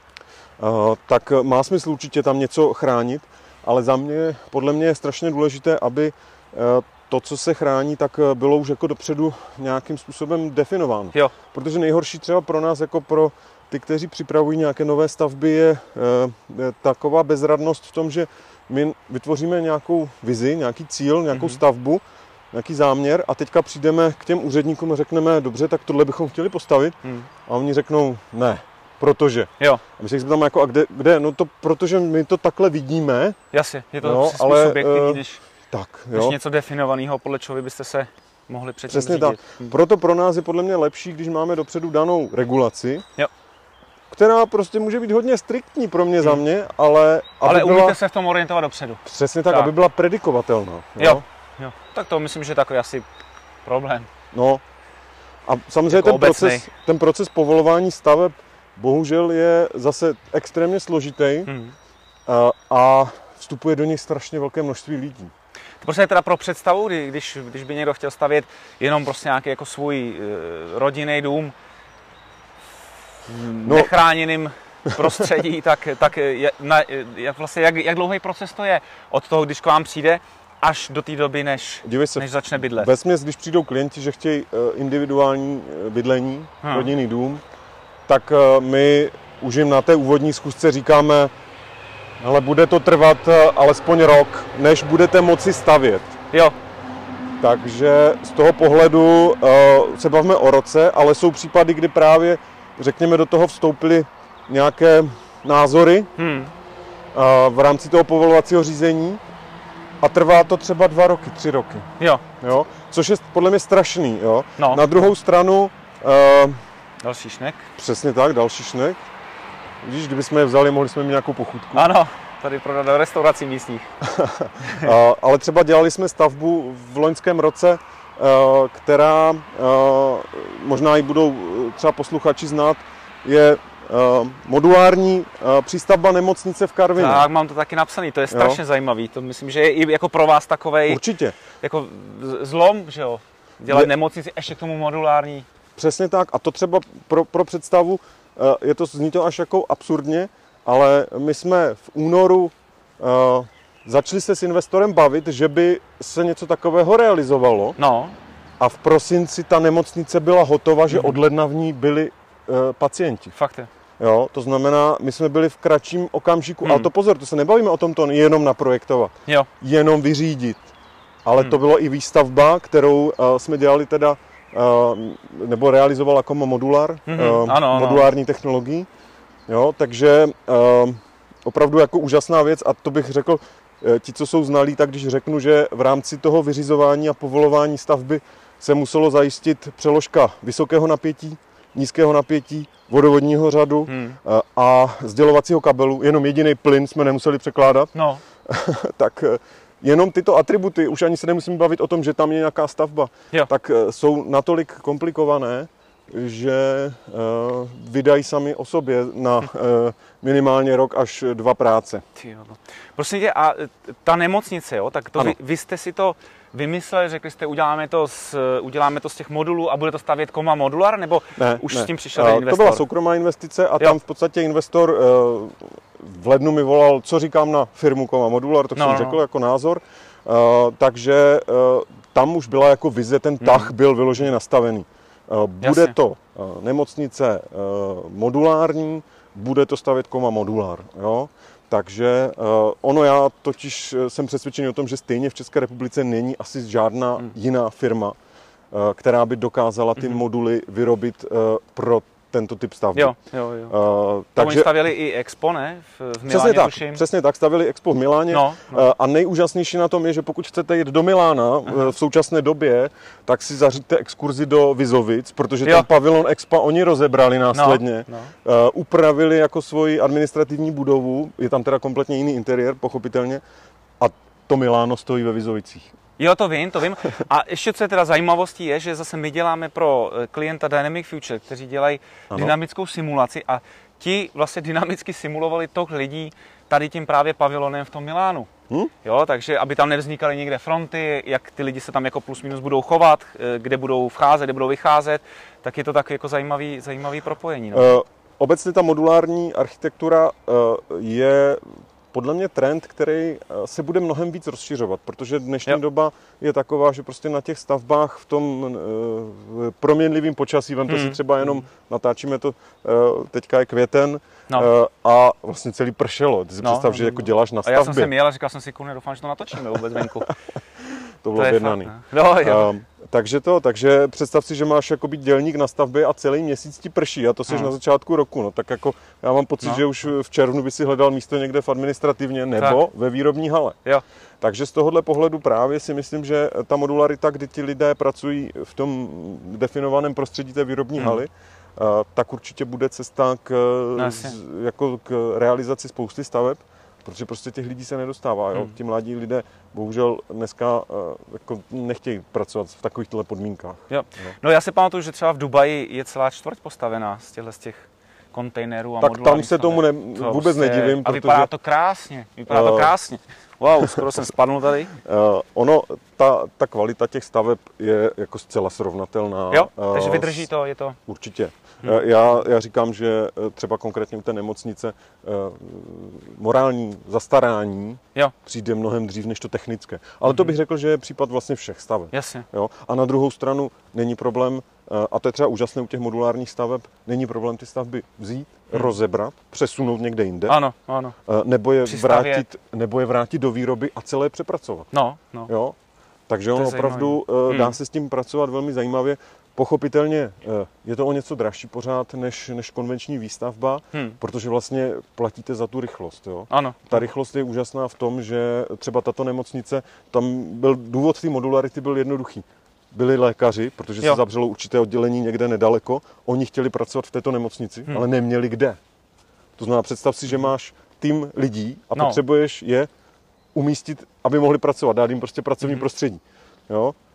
S2: Uh, tak má smysl určitě tam něco chránit, ale za mě, podle mě je strašně důležité, aby uh, to, co se chrání, tak bylo už jako dopředu nějakým způsobem definováno. Jo. Protože nejhorší třeba pro nás, jako pro ty, kteří připravují nějaké nové stavby, je, je taková bezradnost v tom, že my vytvoříme nějakou vizi, nějaký cíl, nějakou mm-hmm. stavbu, nějaký záměr a teďka přijdeme k těm úředníkům a řekneme, dobře, tak tohle bychom chtěli postavit. Mm. A oni řeknou, ne, protože.
S1: Jo.
S2: A my se tam jako, a kde, kde? No to, protože my to takhle vidíme.
S1: Jasně, je to no, ale, subjektivní, když,
S2: tak, jo.
S1: když něco definovaného, podle čeho byste se mohli předtím
S2: Přesně
S1: řídit.
S2: tak. Hmm. Proto pro nás je podle mě lepší, když máme dopředu danou regulaci,
S1: jo.
S2: která prostě může být hodně striktní pro mě, hmm. za mě, ale...
S1: Ale
S2: byla,
S1: umíte se v tom orientovat dopředu.
S2: Přesně tak, tak. aby byla predikovatelná. Jo?
S1: Jo, jo. Tak to myslím, že je takový asi problém.
S2: No. A samozřejmě jako ten, proces, ten proces povolování staveb bohužel je zase extrémně složitý hmm. a, a vstupuje do něj strašně velké množství lidí.
S1: To prostě je teda pro představu, když, když by někdo chtěl stavět jenom prostě nějaký jako svůj uh, rodinný dům v no. nechráněným prostředí, tak, tak je, na, jak, vlastně, jak, jak dlouhý proces to je od toho, když k vám přijde, až do té doby, než, se, než začne bydlet?
S2: Vesměs, když přijdou klienti, že chtějí uh, individuální bydlení, hmm. rodinný dům, tak uh, my už jim na té úvodní schůzce říkáme, ale bude to trvat alespoň rok, než budete moci stavět.
S1: Jo.
S2: Takže z toho pohledu uh, se bavíme o roce, ale jsou případy, kdy právě, řekněme, do toho vstoupily nějaké názory hmm. uh, v rámci toho povolovacího řízení a trvá to třeba dva roky, tři roky.
S1: Jo.
S2: Jo? Což je podle mě strašný. Jo?
S1: No.
S2: Na druhou stranu... Uh,
S1: další šnek.
S2: Přesně tak, další šnek. Vidíš, kdybychom je vzali, mohli jsme mít nějakou pochůdku.
S1: Ano, tady prodat do restaurací místních.
S2: Ale třeba dělali jsme stavbu v loňském roce, která, možná i budou třeba posluchači znát, je uh, modulární uh, přístavba nemocnice v Karvině.
S1: Tak, mám to taky napsaný, to je strašně jo. zajímavý. To myslím, že je i jako pro vás takovej
S2: Určitě.
S1: Jako zlom, že jo, dělat je... nemocnici ještě k tomu modulární.
S2: Přesně tak a to třeba pro, pro představu, uh, je to, zní to až jako absurdně, ale my jsme v únoru uh, začali se s investorem bavit, že by se něco takového realizovalo.
S1: No.
S2: A v prosinci ta nemocnice byla hotova, že od ledna v ní byli uh, pacienti.
S1: Fakt je.
S2: Jo, to znamená, my jsme byli v kratším okamžiku,
S1: hmm.
S2: ale to pozor, to se nebavíme o tom to jenom naprojektovat,
S1: jo.
S2: jenom vyřídit. Ale hmm. to bylo i výstavba, kterou uh, jsme dělali teda, uh, nebo realizoval jako modular,
S1: hmm.
S2: uh,
S1: ano,
S2: modulární
S1: ano.
S2: technologií. Jo, takže uh, opravdu jako úžasná věc a to bych řekl, ti, co jsou znalí, tak když řeknu, že v rámci toho vyřizování a povolování stavby se muselo zajistit přeložka vysokého napětí, nízkého napětí, vodovodního řadu hmm. a sdělovacího kabelu, jenom jediný plyn jsme nemuseli překládat,
S1: no.
S2: tak jenom tyto atributy, už ani se nemusíme bavit o tom, že tam je nějaká stavba, jo. tak jsou natolik komplikované, že uh, vydají sami o sobě na uh, minimálně rok až dva práce.
S1: Prosím tě, a ta nemocnice, jo, tak to vy, vy jste si to vymysleli, řekli jste, uděláme to, z, uděláme to z těch modulů a bude to stavět Koma Modular, nebo ne, už ne. s tím přišel ten investor?
S2: To byla soukromá investice a jo. tam v podstatě investor uh, v lednu mi volal, co říkám na firmu Koma Modular, to no, jsem no. řekl jako názor, uh, takže uh, tam už byla jako vize, ten tah hmm. byl vyloženě nastavený. Bude Jasně. to nemocnice modulární, bude to stavět Koma Modular. Jo? Takže ono, já totiž jsem přesvědčený o tom, že stejně v České republice není asi žádná hmm. jiná firma, která by dokázala ty hmm. moduly vyrobit pro tento typ stavby.
S1: Jo, jo, jo. Uh, takže oni stavěli i Expo, ne? V, v Miláně,
S2: přesně tak,
S1: tuším. Přesně tak,
S2: stavěli Expo v Miláně. No, no. Uh, a nejúžasnější na tom je, že pokud chcete jít do Milána uh, v současné době, tak si zařiďte exkurzi do Vizovic, protože jo. ten pavilon Expo oni rozebrali následně. No, no. Uh, upravili jako svoji administrativní budovu, je tam teda kompletně jiný interiér, pochopitelně. A to Miláno stojí ve Vizovicích.
S1: Jo, to vím, to vím. A ještě co je teda zajímavostí je, že zase my děláme pro klienta Dynamic Future, kteří dělají ano. dynamickou simulaci a ti vlastně dynamicky simulovali tok lidí tady tím právě pavilonem v tom Milánu. Hmm? Jo, takže aby tam nevznikaly někde fronty, jak ty lidi se tam jako plus minus budou chovat, kde budou vcházet, kde budou vycházet, tak je to tak jako zajímavý, zajímavý propojení. No.
S2: Uh, obecně ta modulární architektura uh, je podle mě trend, který se bude mnohem víc rozšiřovat, protože dnešní jo. doba je taková, že prostě na těch stavbách v tom uh, proměnlivém počasí, vemte hmm. si třeba jenom, natáčíme to, uh, teďka je květen no. uh, a vlastně celý pršelo. Ty si no, představ, no, že no, jako děláš na stavbě.
S1: A já jsem se měl a říkal jsem si, kurně, doufám, že to natočíme vůbec venku.
S2: To bylo objednaný.
S1: No, jo.
S2: Uh, takže to, takže představ si, že máš jakoby dělník na stavbě a celý měsíc ti prší a to seš hmm. na začátku roku, no tak jako já mám pocit, no. že už v červnu by si hledal místo někde v administrativně nebo tak. ve výrobní hale.
S1: Jo.
S2: Takže z tohohle pohledu právě si myslím, že ta modularita, kdy ti lidé pracují v tom definovaném prostředí té výrobní hmm. haly, uh, tak určitě bude cesta k, no, z, jako k realizaci spousty staveb. Protože prostě těch lidí se nedostává. Jo? Hmm. Ti mladí lidé bohužel dneska uh, jako nechtějí pracovat v takovýchto podmínkách.
S1: Jo. Jo. No já si pamatuju, že třeba v Dubaji je celá čtvrť postavená z těchto z těch kontejnerů a
S2: tak tam se tomu ne, vůbec
S1: prostě,
S2: nedivím.
S1: A vypadá
S2: protože,
S1: to krásně. Vypadá uh, to krásně. Wow, skoro jsem spadnul tady.
S2: Uh, ono, ta, ta kvalita těch staveb je jako zcela srovnatelná.
S1: Jo, takže vydrží to, je to...
S2: Určitě. Hmm. Já, já říkám, že třeba konkrétně u té nemocnice morální zastarání jo. přijde mnohem dřív než to technické. Ale hmm. to bych řekl, že je případ vlastně všech staveb.
S1: Jasně.
S2: Jo? A na druhou stranu není problém, a to je třeba úžasné u těch modulárních staveb, není problém ty stavby vzít, hmm. rozebrat, přesunout někde jinde.
S1: Ano, ano.
S2: Nebo je, vrátit, nebo je vrátit do výroby a celé přepracovat.
S1: No, no.
S2: Jo? Takže on opravdu zajímavý. dá se s tím pracovat velmi zajímavě. Pochopitelně je to o něco dražší pořád než, než konvenční výstavba, hmm. protože vlastně platíte za tu rychlost. Jo?
S1: Ano.
S2: Ta rychlost je úžasná v tom, že třeba tato nemocnice, tam byl důvod té modularity byl jednoduchý. Byli lékaři, protože jo. se zavřelo určité oddělení někde nedaleko, oni chtěli pracovat v této nemocnici, hmm. ale neměli kde. To znamená, představ si, že máš tým lidí a no. potřebuješ je umístit, aby mohli pracovat, dát jim prostě pracovní hmm. prostředí. Jo?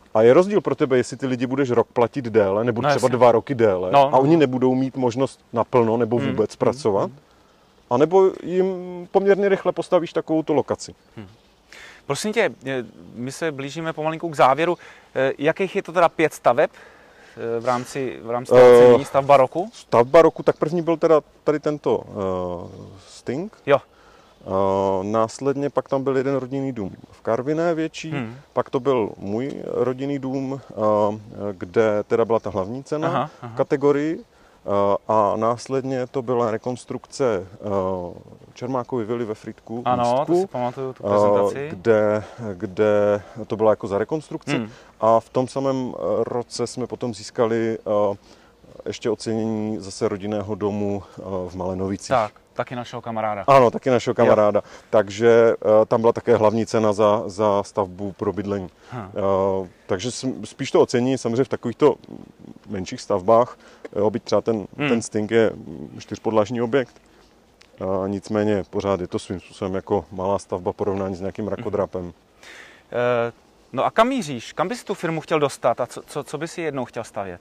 S2: A je rozdíl pro tebe, jestli ty lidi budeš rok platit déle, nebo
S1: no,
S2: třeba
S1: jasně.
S2: dva roky déle,
S1: no,
S2: a oni nebudou mít možnost naplno nebo
S1: hmm.
S2: vůbec pracovat,
S1: hmm.
S2: a nebo jim poměrně rychle postavíš takovou tu lokaci.
S1: Hmm. Prosím tě, my se blížíme pomalinku k závěru. Jakých je to teda pět staveb v rámci, v rámci toho ocenění stavba roku?
S2: Stavba roku, tak první byl teda tady tento uh, Sting.
S1: Jo.
S2: Uh, následně pak tam byl jeden rodinný dům v Karviné větší, hmm. pak to byl můj rodinný dům, uh, kde teda byla ta hlavní cena aha, aha. kategorii, uh, a následně to byla rekonstrukce uh, Čermákovy vily ve Frýdku.
S1: Ano,
S2: Místku,
S1: to si pamatuju, tu prezentaci.
S2: Uh, kde, kde to bylo jako za rekonstrukci hmm. a v tom samém roce jsme potom získali uh, ještě ocenění zase rodinného domu uh, v Malenovicích.
S1: Tak. Taky našeho kamaráda.
S2: Ano, taky našeho kamaráda. Jo. Takže uh, tam byla také hlavní cena za, za stavbu pro bydlení. Uh, takže spíš to ocení samozřejmě v takovýchto menších stavbách. Jo, byť třeba ten, hmm. ten Sting je čtyřpodlažní objekt. Uh, nicméně pořád je to svým způsobem jako malá stavba porovnání s nějakým rakodrapem. Hmm.
S1: Uh, no a kam míříš? Kam bys tu firmu chtěl dostat a co, co, co bys si jednou chtěl stavět?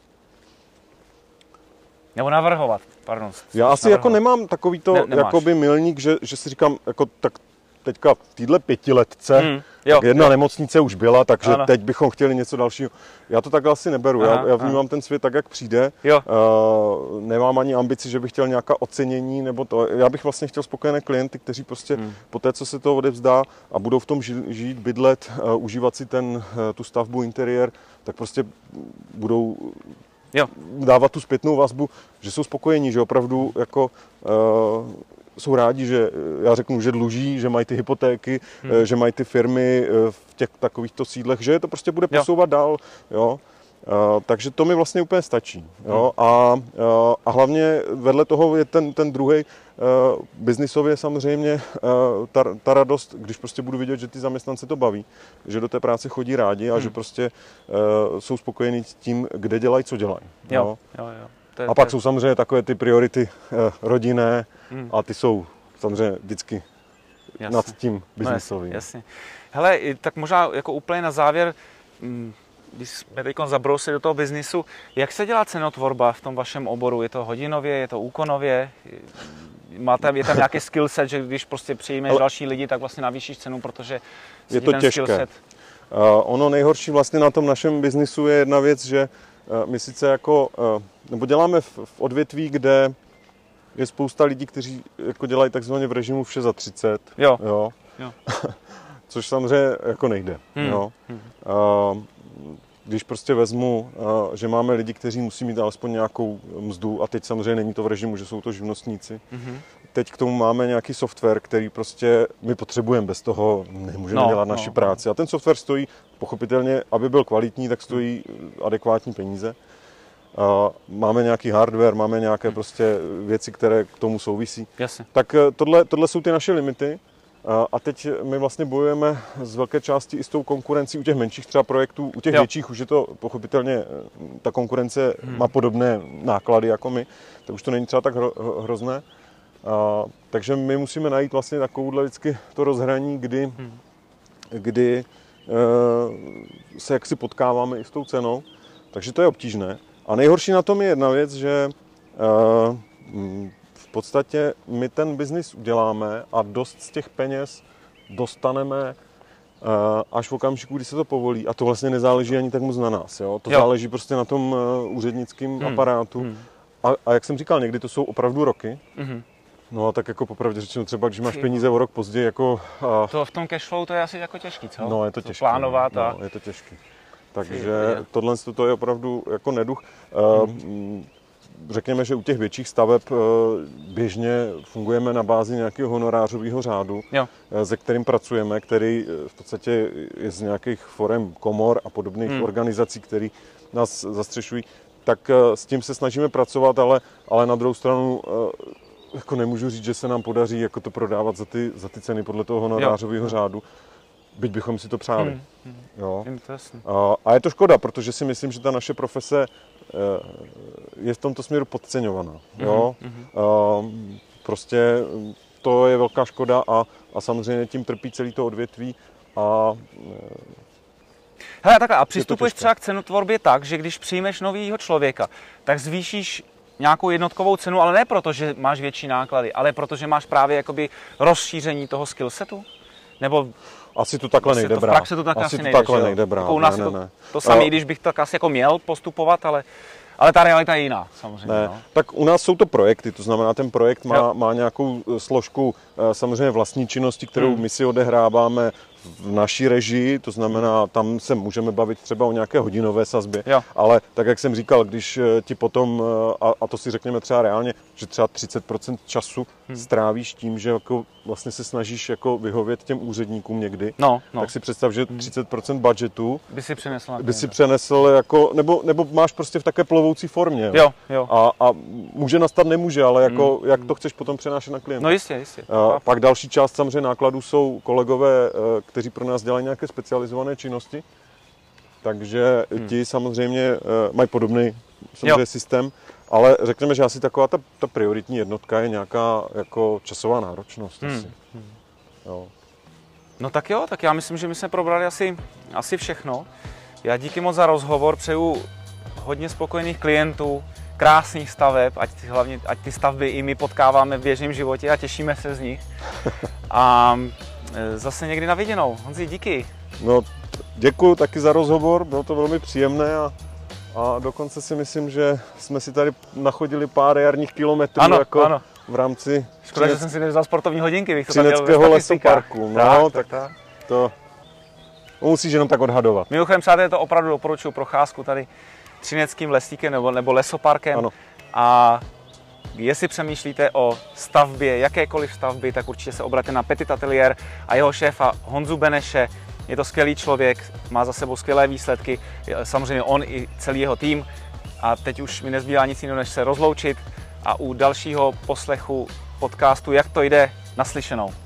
S1: Nebo navrhovat, pardon.
S2: Já asi navrhovat. Jako nemám takovýto ne, jakoby milník, že, že si říkám, jako tak teďka v téhle pětiletce,
S1: hmm, jo,
S2: tak jedna
S1: jo.
S2: nemocnice už byla, takže
S1: ano.
S2: teď bychom chtěli něco dalšího. Já to takhle asi neberu, aha, já, já vnímám aha. ten svět tak, jak přijde.
S1: Jo.
S2: Uh, nemám ani ambici, že bych chtěl nějaká ocenění, nebo to. Já bych vlastně chtěl spokojené klienty, kteří prostě hmm. po té, co se to odevzdá a budou v tom žít, bydlet, uh, užívat si ten, uh, tu stavbu, interiér, tak prostě budou jo. dávat tu zpětnou vazbu, že jsou spokojení, že opravdu jako uh, jsou rádi, že já řeknu, že dluží, že mají ty hypotéky, hmm. že mají ty firmy v těch takovýchto sídlech, že to prostě bude posouvat jo. dál. Jo. Uh, takže to mi vlastně úplně stačí. Jo. Hmm. A, uh, a hlavně vedle toho je ten, ten druhý uh, biznisově samozřejmě uh, ta, ta radost, když prostě budu vidět, že ty zaměstnance to baví, že do té práce chodí rádi a hmm. že prostě uh, jsou spokojení s tím, kde dělají, co dělají.
S1: Jo. Jo, jo.
S2: Je, a pak je... jsou samozřejmě takové ty priority eh, rodinné hmm. a ty jsou samozřejmě vždycky jasně. nad tím biznisovým.
S1: No, jasně, jasně. Hele, tak možná jako úplně na závěr, když jsme teď zabrousili do toho biznisu, jak se dělá cenotvorba v tom vašem oboru? Je to hodinově, je to úkonově? Máte, je tam nějaký skill set, že když prostě přijmeš Ale... další lidi, tak vlastně navýšíš cenu, protože
S2: je to
S1: ten
S2: těžké. Uh, ono nejhorší vlastně na tom našem biznisu je jedna věc, že uh, my sice jako uh, nebo děláme v, v odvětví, kde je spousta lidí, kteří jako dělají takzvaně v režimu vše za třicet.
S1: Jo.
S2: Jo.
S1: jo.
S2: Což samozřejmě jako nejde. Hmm. Jo. Hmm. Uh, když prostě vezmu, uh, že máme lidi, kteří musí mít alespoň nějakou mzdu, a teď samozřejmě není to v režimu, že jsou to živnostníci. Hmm. Teď k tomu máme nějaký software, který prostě my potřebujeme, bez toho nemůžeme no, dělat naši no. práci. A ten software stojí, pochopitelně, aby byl kvalitní, tak stojí adekvátní peníze. Uh, máme nějaký hardware, máme nějaké hmm. prostě věci, které k tomu souvisí.
S1: Jasně.
S2: Tak tohle, tohle jsou ty naše limity. Uh, a teď my vlastně bojujeme z velké části i s tou konkurencí u těch menších třeba projektů, u těch jo. větších už je to pochopitelně, ta konkurence hmm. má podobné náklady jako my, tak už to není třeba tak hro, hrozné. Uh, takže my musíme najít vlastně takovouhle vždycky to rozhraní, kdy, hmm. kdy uh, se jaksi potkáváme i s tou cenou. Takže to je obtížné. A nejhorší na tom je jedna věc, že uh, v podstatě my ten biznis uděláme a dost z těch peněz dostaneme uh, až v okamžiku, kdy se to povolí. A to vlastně nezáleží ani tak moc na nás. Jo? To jo. záleží prostě na tom uh, úřednickém hmm. aparátu. Hmm. A, a jak jsem říkal, někdy to jsou opravdu roky. Hmm. No a tak jako popravdě řečeno, třeba když máš peníze o rok později, jako... Uh,
S1: to v tom cashflow to je asi jako těžký, co?
S2: No je to těžké.
S1: Plánovat a...
S2: No, je to těžké. Takže tohle to je opravdu jako neduch. Hmm. Řekněme, že u těch větších staveb běžně fungujeme na bázi nějakého honorářového řádu, jo. se kterým pracujeme, který v podstatě je z nějakých forem komor a podobných hmm. organizací, které nás zastřešují. Tak s tím se snažíme pracovat, ale, ale na druhou stranu jako nemůžu říct, že se nám podaří jako to prodávat za ty, za ty ceny podle toho honorářového řádu. Byť bychom si to přáli. Hmm, hmm. Jo. A, a je to škoda, protože si myslím, že ta naše profese je v tomto směru podceňovaná. Jo. Hmm, hmm. Prostě to je velká škoda a, a samozřejmě tím trpí celý to odvětví. A
S1: Hele, takhle, a přistupuješ třeba k cenotvorbě tak, že když přijmeš novýho člověka, tak zvýšíš nějakou jednotkovou cenu, ale ne proto, že máš větší náklady, ale proto, že máš právě jakoby rozšíření toho skillsetu? Nebo
S2: asi to takhle nejde brát.
S1: V praxi to tak
S2: asi
S1: asi
S2: to
S1: nejde,
S2: takhle
S1: že
S2: nejde brát.
S1: Jako u nás
S2: ne,
S1: to,
S2: ne, ne.
S1: to samé,
S2: uh,
S1: když bych tak asi jako měl postupovat, ale, ale ta realita je jiná, samozřejmě.
S2: Ne.
S1: No.
S2: Tak u nás jsou to projekty, to znamená, ten projekt má, má nějakou složku samozřejmě vlastní činnosti, kterou hmm. my si odehráváme v naší režii, to znamená, tam se můžeme bavit třeba o nějaké hodinové sazbě,
S1: jo.
S2: ale tak, jak jsem říkal, když ti potom, a, a to si řekněme třeba reálně, že třeba třicet procent času hmm. strávíš tím, že jako vlastně se snažíš jako vyhovět těm úředníkům někdy,
S1: no, no.
S2: tak si představ, že třicet procent budgetu
S1: by si přenesl,
S2: by si přenesl jako, nebo, nebo máš prostě v také plovoucí formě.
S1: Jo, jo.
S2: A, a může nastat, nemůže, ale jako, hmm. jak to chceš potom přenášet na klienta.
S1: No jistě, jistě.
S2: A pak další část samozřejmě nákladů jsou kolegové, kteří pro nás dělají nějaké specializované činnosti, takže hmm. ti samozřejmě mají podobný samozřejmě systém, ale řekněme, že asi taková ta, ta prioritní jednotka je nějaká jako časová náročnost. Hmm. Asi. Hmm. Jo.
S1: No tak jo, tak já myslím, že my jsme probrali asi, asi všechno. Já díky moc za rozhovor, přeju hodně spokojených klientů, krásných staveb, ať, hlavně, ať ty stavby i my potkáváme v běžném životě a těšíme se z nich. A zase někdy na viděnou. Honzi, díky.
S2: No, děkuji taky za rozhovor, bylo to velmi příjemné a, a dokonce si myslím, že jsme si tady nachodili pár jarních kilometrů
S1: ano,
S2: jako
S1: ano.
S2: v rámci
S1: Škoda, že jsem si nevzal sportovní hodinky, bych to
S2: Třineckého lesoparku. No,
S1: tak,
S2: tak,
S1: tak, tak.
S2: To, to musíš jenom tak odhadovat.
S1: Mimochodem, přátelé, to opravdu doporučuji procházku tady Třineckým lesíkem nebo, nebo lesoparkem.
S2: Ano.
S1: A jestli přemýšlíte o stavbě, jakékoliv stavby, tak určitě se obraťte na Petit Atelier a jeho šéfa Honzu Beneše. Je to skvělý člověk, má za sebou skvělé výsledky, samozřejmě on i celý jeho tým. A teď už mi nezbývá nic jiného, než se rozloučit a u dalšího poslechu podcastu Jak to jde, naslyšenou.